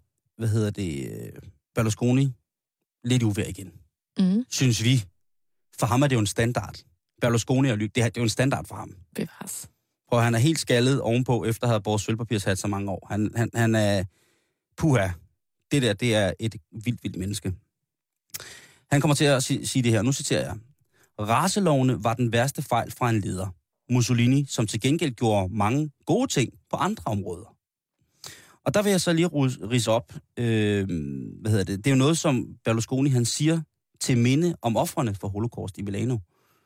Berlusconi lidt uvær igen. Mm. Synes vi. For ham er det jo en standard. Berlusconi og Lyk, det er jo en standard for ham. Bevares. Prøv, han er helt skaldet ovenpå, efter at have båret sølvpapirshat så mange år. Han er... Puha. Det er et vildt menneske. Han kommer til at sige det her. Nu citerer jeg. Racelovene var den værste fejl fra en leder. Mussolini, som til gengæld gjorde mange gode ting på andre områder. Og der vil jeg så lige ridse op. Det er jo noget, som Berlusconi, han siger til minde om ofrene for Holocaust i Milano.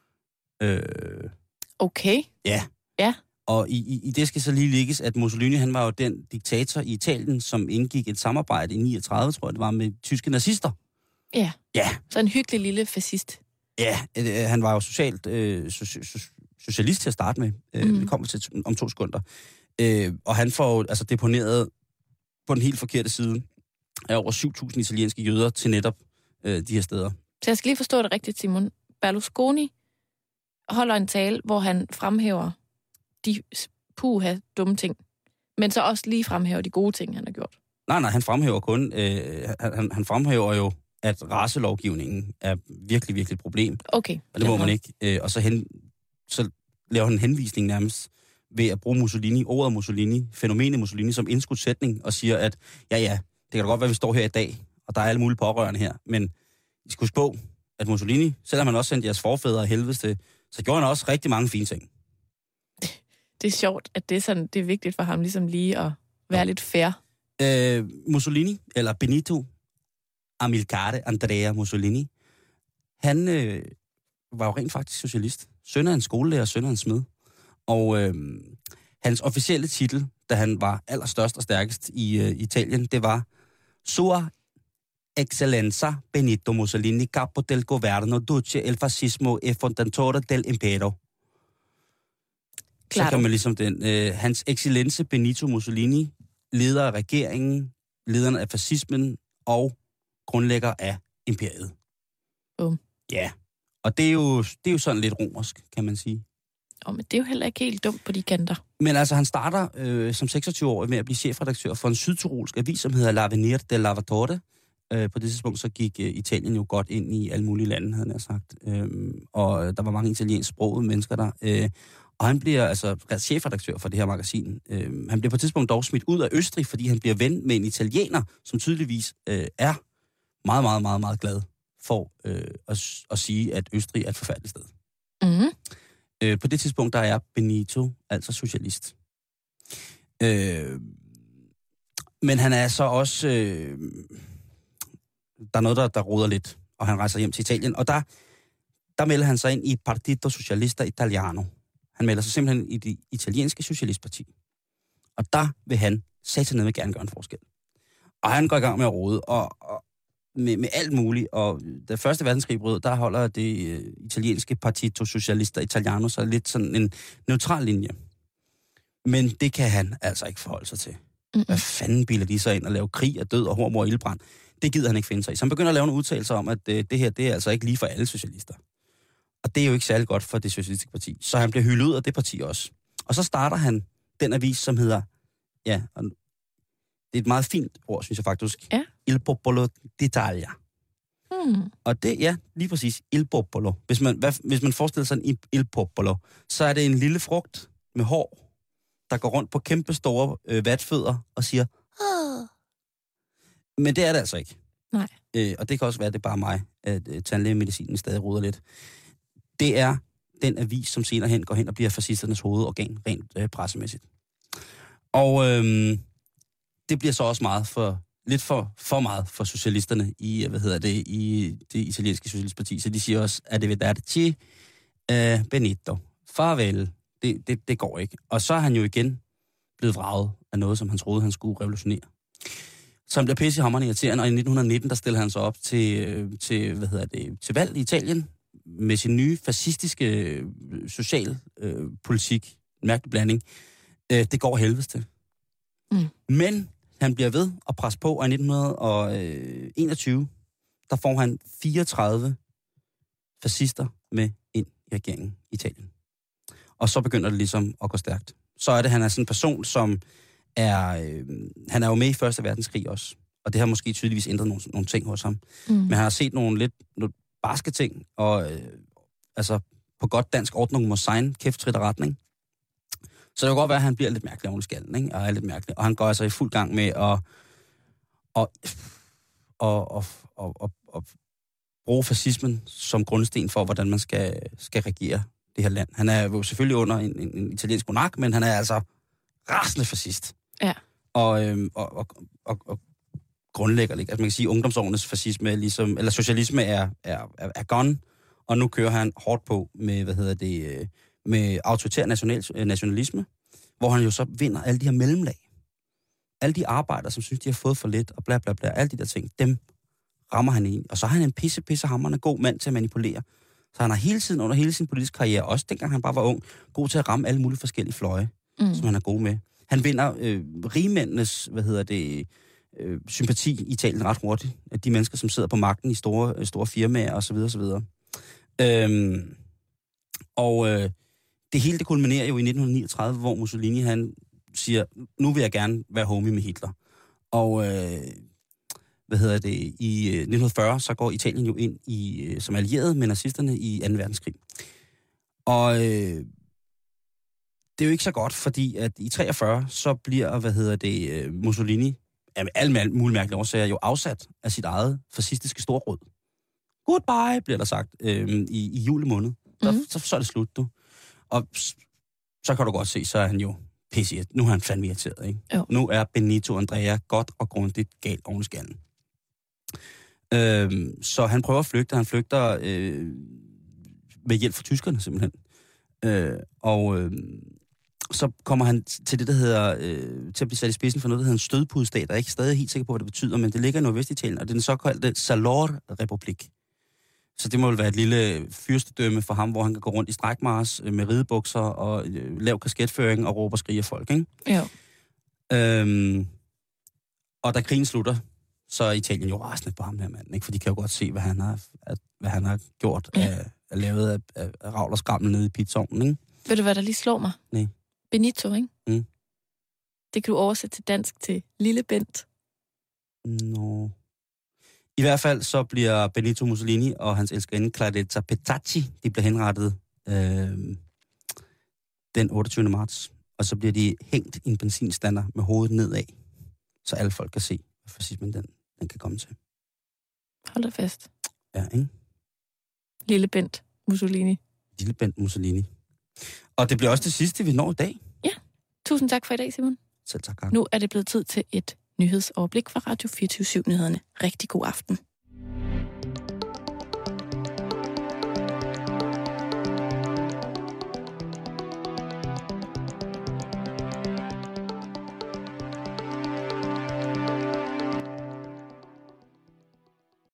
Okay. Ja. Ja. Og i det skal så lige ligges, at Mussolini, han var jo den diktator i Italien, som indgik et samarbejde i 39, tror jeg det var, med tyske nazister. Ja. Ja. Så en hyggelig lille fascist. Ja, han var jo socialist til at starte med. Vi kommer til om 2 sekunder. Og han får altså deponeret på den helt forkerte side af over 7.000 italienske jøder til netop de her steder. Så jeg skal lige forstå det rigtigt, Simon. Berlusconi holder en tale, hvor han fremhæver de dumme ting, men så også lige fremhæver de gode ting, han har gjort. Nej, han fremhæver kun... han fremhæver jo, at racelovgivningen er virkelig, virkelig et problem. Okay. Og det må man ikke. Og så laver han en henvisning nærmest ved at bruge ordet Mussolini, fænomenet Mussolini, som indskudt sætning, og siger, at ja, det kan da godt være, at vi står her i dag, og der er alle mulige pårørende her, men I skal huske på, at Mussolini, selvom han også sendte jeres forfædre af helvede til, så gjorde han også rigtig mange fine ting. Det er sjovt, at det er vigtigt for ham ligesom lige at være lidt fair. Mussolini, eller Benito Amilcare Andrea Mussolini, han var jo rent faktisk socialist. Søn af en skolelærer, søn af en smed. Og hans officielle titel, da han var allerstørst og stærkest i Italien, det var Sua Excellenza Benito Mussolini, capo del governo, duce el fascismo e fondatore del impero. Klart. Så kan man ligesom hans excellence Benito Mussolini, leder af regeringen, lederen af fascismen og grundlægger af imperiet. Ja, og det er jo sådan lidt romersk, kan man sige. Men det er jo heller ikke helt dumt på de kanter. Men altså, han starter som 26-årig med at blive chefredaktør for en sydtyrolsk avis, som hedder L'Avenir del Lavoratore. På det tidspunkt så gik Italien jo godt ind i alle mulige lande, havde han sagt. Og der var mange italiensksprogede mennesker der. Og han bliver altså chefredaktør for det her magasin. Han bliver på et tidspunkt dog smidt ud af Østrig, fordi han bliver ven med en italiener, som tydeligvis er meget, meget, meget, meget glad for at sige, at Østrig er et forfærdeligt sted. Mm-hmm. På det tidspunkt, der er Benito altså socialist. Men han er så også... der er noget, der roder lidt, og han rejser hjem til Italien, og der melder han sig ind i Partito Socialista Italiano. Han melder sig simpelthen i det italienske socialistparti. Og der vil han satanede med gerne gøre en forskel. Og han går i gang med at rode, og med alt muligt. Og da Første Verdenskrig brød, der holder det italienske Partito Socialista Italiano så lidt sådan en neutral linje. Men det kan han altså ikke forholde sig til. Mm-hmm. Hvad fanden biler de sig ind og lave krig og død og hormor og ildbrand? Det gider han ikke finde sig i. Så han begynder at lave nogle udtalelser om, at det her, det er altså ikke lige for alle socialister. Og det er jo ikke særlig godt for det socialistiske parti. Så han bliver hyldet ud af det parti også. Og så starter han den avis, som hedder, ja, det er et meget fint ord, synes jeg faktisk. Ja. Il Popolo d'Italia. Og det, ja, lige præcis, Il Popolo. Hvis man forestiller sig en Il Popolo, så er det en lille frugt med hår, der går rundt på kæmpe store vatfødder og siger, Men det er det altså ikke. Nej. Og det kan også være, at det er bare mig, at tandlægemedicinen stadig ruder lidt. Det er den avis, som senere hen går hen og bliver fascisternes hovedorgan, rent pressemæssigt. Og det bliver så også meget for meget for socialisterne i, i det italienske socialistparti. Så de siger også, at arrivederci Benito. Farvel. Det går ikke. Og så er han jo igen blevet vraget af noget, som han troede, han skulle revolutionere. Så han bliver pissehammerende irriterende, og i 1919, der stiller han sig op til valg i Italien med sin nye fascistiske socialpolitik, mærkelig blanding. Det går helvedes til. Men han bliver ved at presse på, og i 1921, der får han 34 fascister med ind i regeringen i Italien. Og så begynder det ligesom at gå stærkt. Så er det, han er sådan en person, som han er jo med i Første Verdenskrig også. Og det har måske tydeligvis ændret nogle ting hos ham. Men han har set nogle barske ting, og altså på godt dansk ordning må signe kæft retning. Så det kan godt være, at han bliver lidt mærkelig oven i skallen, ikke? Og er lidt mærkelig. Og han går altså i fuld gang med at bruge fascismen som grundsten for, hvordan man skal regere det her land. Han er jo selvfølgelig under en italiensk monark, men han er altså rasende fascist. Ja. Og grundlægger, altså man kan sige, ungdomsårenes fascisme, ligesom, eller socialisme er gone, og nu kører han hårdt på med, med autoritær nationalisme, hvor han jo så vinder alle de her mellemlag. Alle de arbejdere, som synes, de har fået for lidt, og bla bla bla, alle de der ting, dem rammer han i. Og så er han en pissehammerende god mand til at manipulere. Så han har hele tiden, under hele sin politiske karriere, også dengang han bare var ung, god til at ramme alle mulige forskellige fløje, som han er god med. Han vinder rigmændenes, sympati i Italien ret hurtigt. De mennesker, som sidder på magten i store firmaer osv. osv. Det hele det kulminerer jo i 1939, hvor Mussolini han siger, nu vil jeg gerne være homie med Hitler. Og i 1940 så går Italien jo ind som allieret med nazisterne i 2. verdenskrig. Og det er jo ikke så godt, fordi at i 43 så bliver Mussolini af alle mulige mærkelige årsager jo afsat af sit eget fascistiske storråd. Goodbye, bliver der sagt i juli måned. Så er det slut, du. Og så kan du godt se, så er han jo pisse. Nu er han fandme irriteret, ikke? Jo. Nu er Benito Andrea godt og grundigt galt oven i skallen. Så han prøver at flygte. Han flygter med hjælp fra tyskerne, simpelthen. Så kommer han til det, der hedder, til at blive sat i spidsen for noget, der hedder en stødpudestat. Jeg er ikke stadig helt sikker på, hvad det betyder, men det ligger i Nordvestitalien, og det er den såkaldte Salor-republik. Så det må vel være et lille fyrstedømme for ham, hvor han kan gå rundt i strækmars med ridebukser og lave kasketføring og råbe og skrige af folk, ikke? Jo. Og da krigen slutter, så er Italien jo rasende på ham her mand, ikke? For de kan jo godt se, hvad han har gjort af lavet af ravl og skrammel nede i pizzaovnen, ikke? Ved du, hvad der lige slår mig? Nej. Benito, ikke? Det kan du oversætte til dansk til Lille Bent. Nå. I hvert fald så bliver Benito Mussolini og hans elskerinde Claretta Petacci, de bliver henrettet den 28. marts. Og så bliver de hængt i en benzinstander med hovedet nedad, så alle folk kan se, hvad fascismen den kan komme til. Hold da fast. Ja, ikke? Lille Bent Mussolini. Lille Bent Mussolini. Og det bliver også det sidste, vi når i dag. Ja. Tusind tak for i dag, Simon. Selv tak, Karen. Nu er det blevet tid til et nyhedsoverblik fra Radio 24/7 Nyhederne. Rigtig god aften.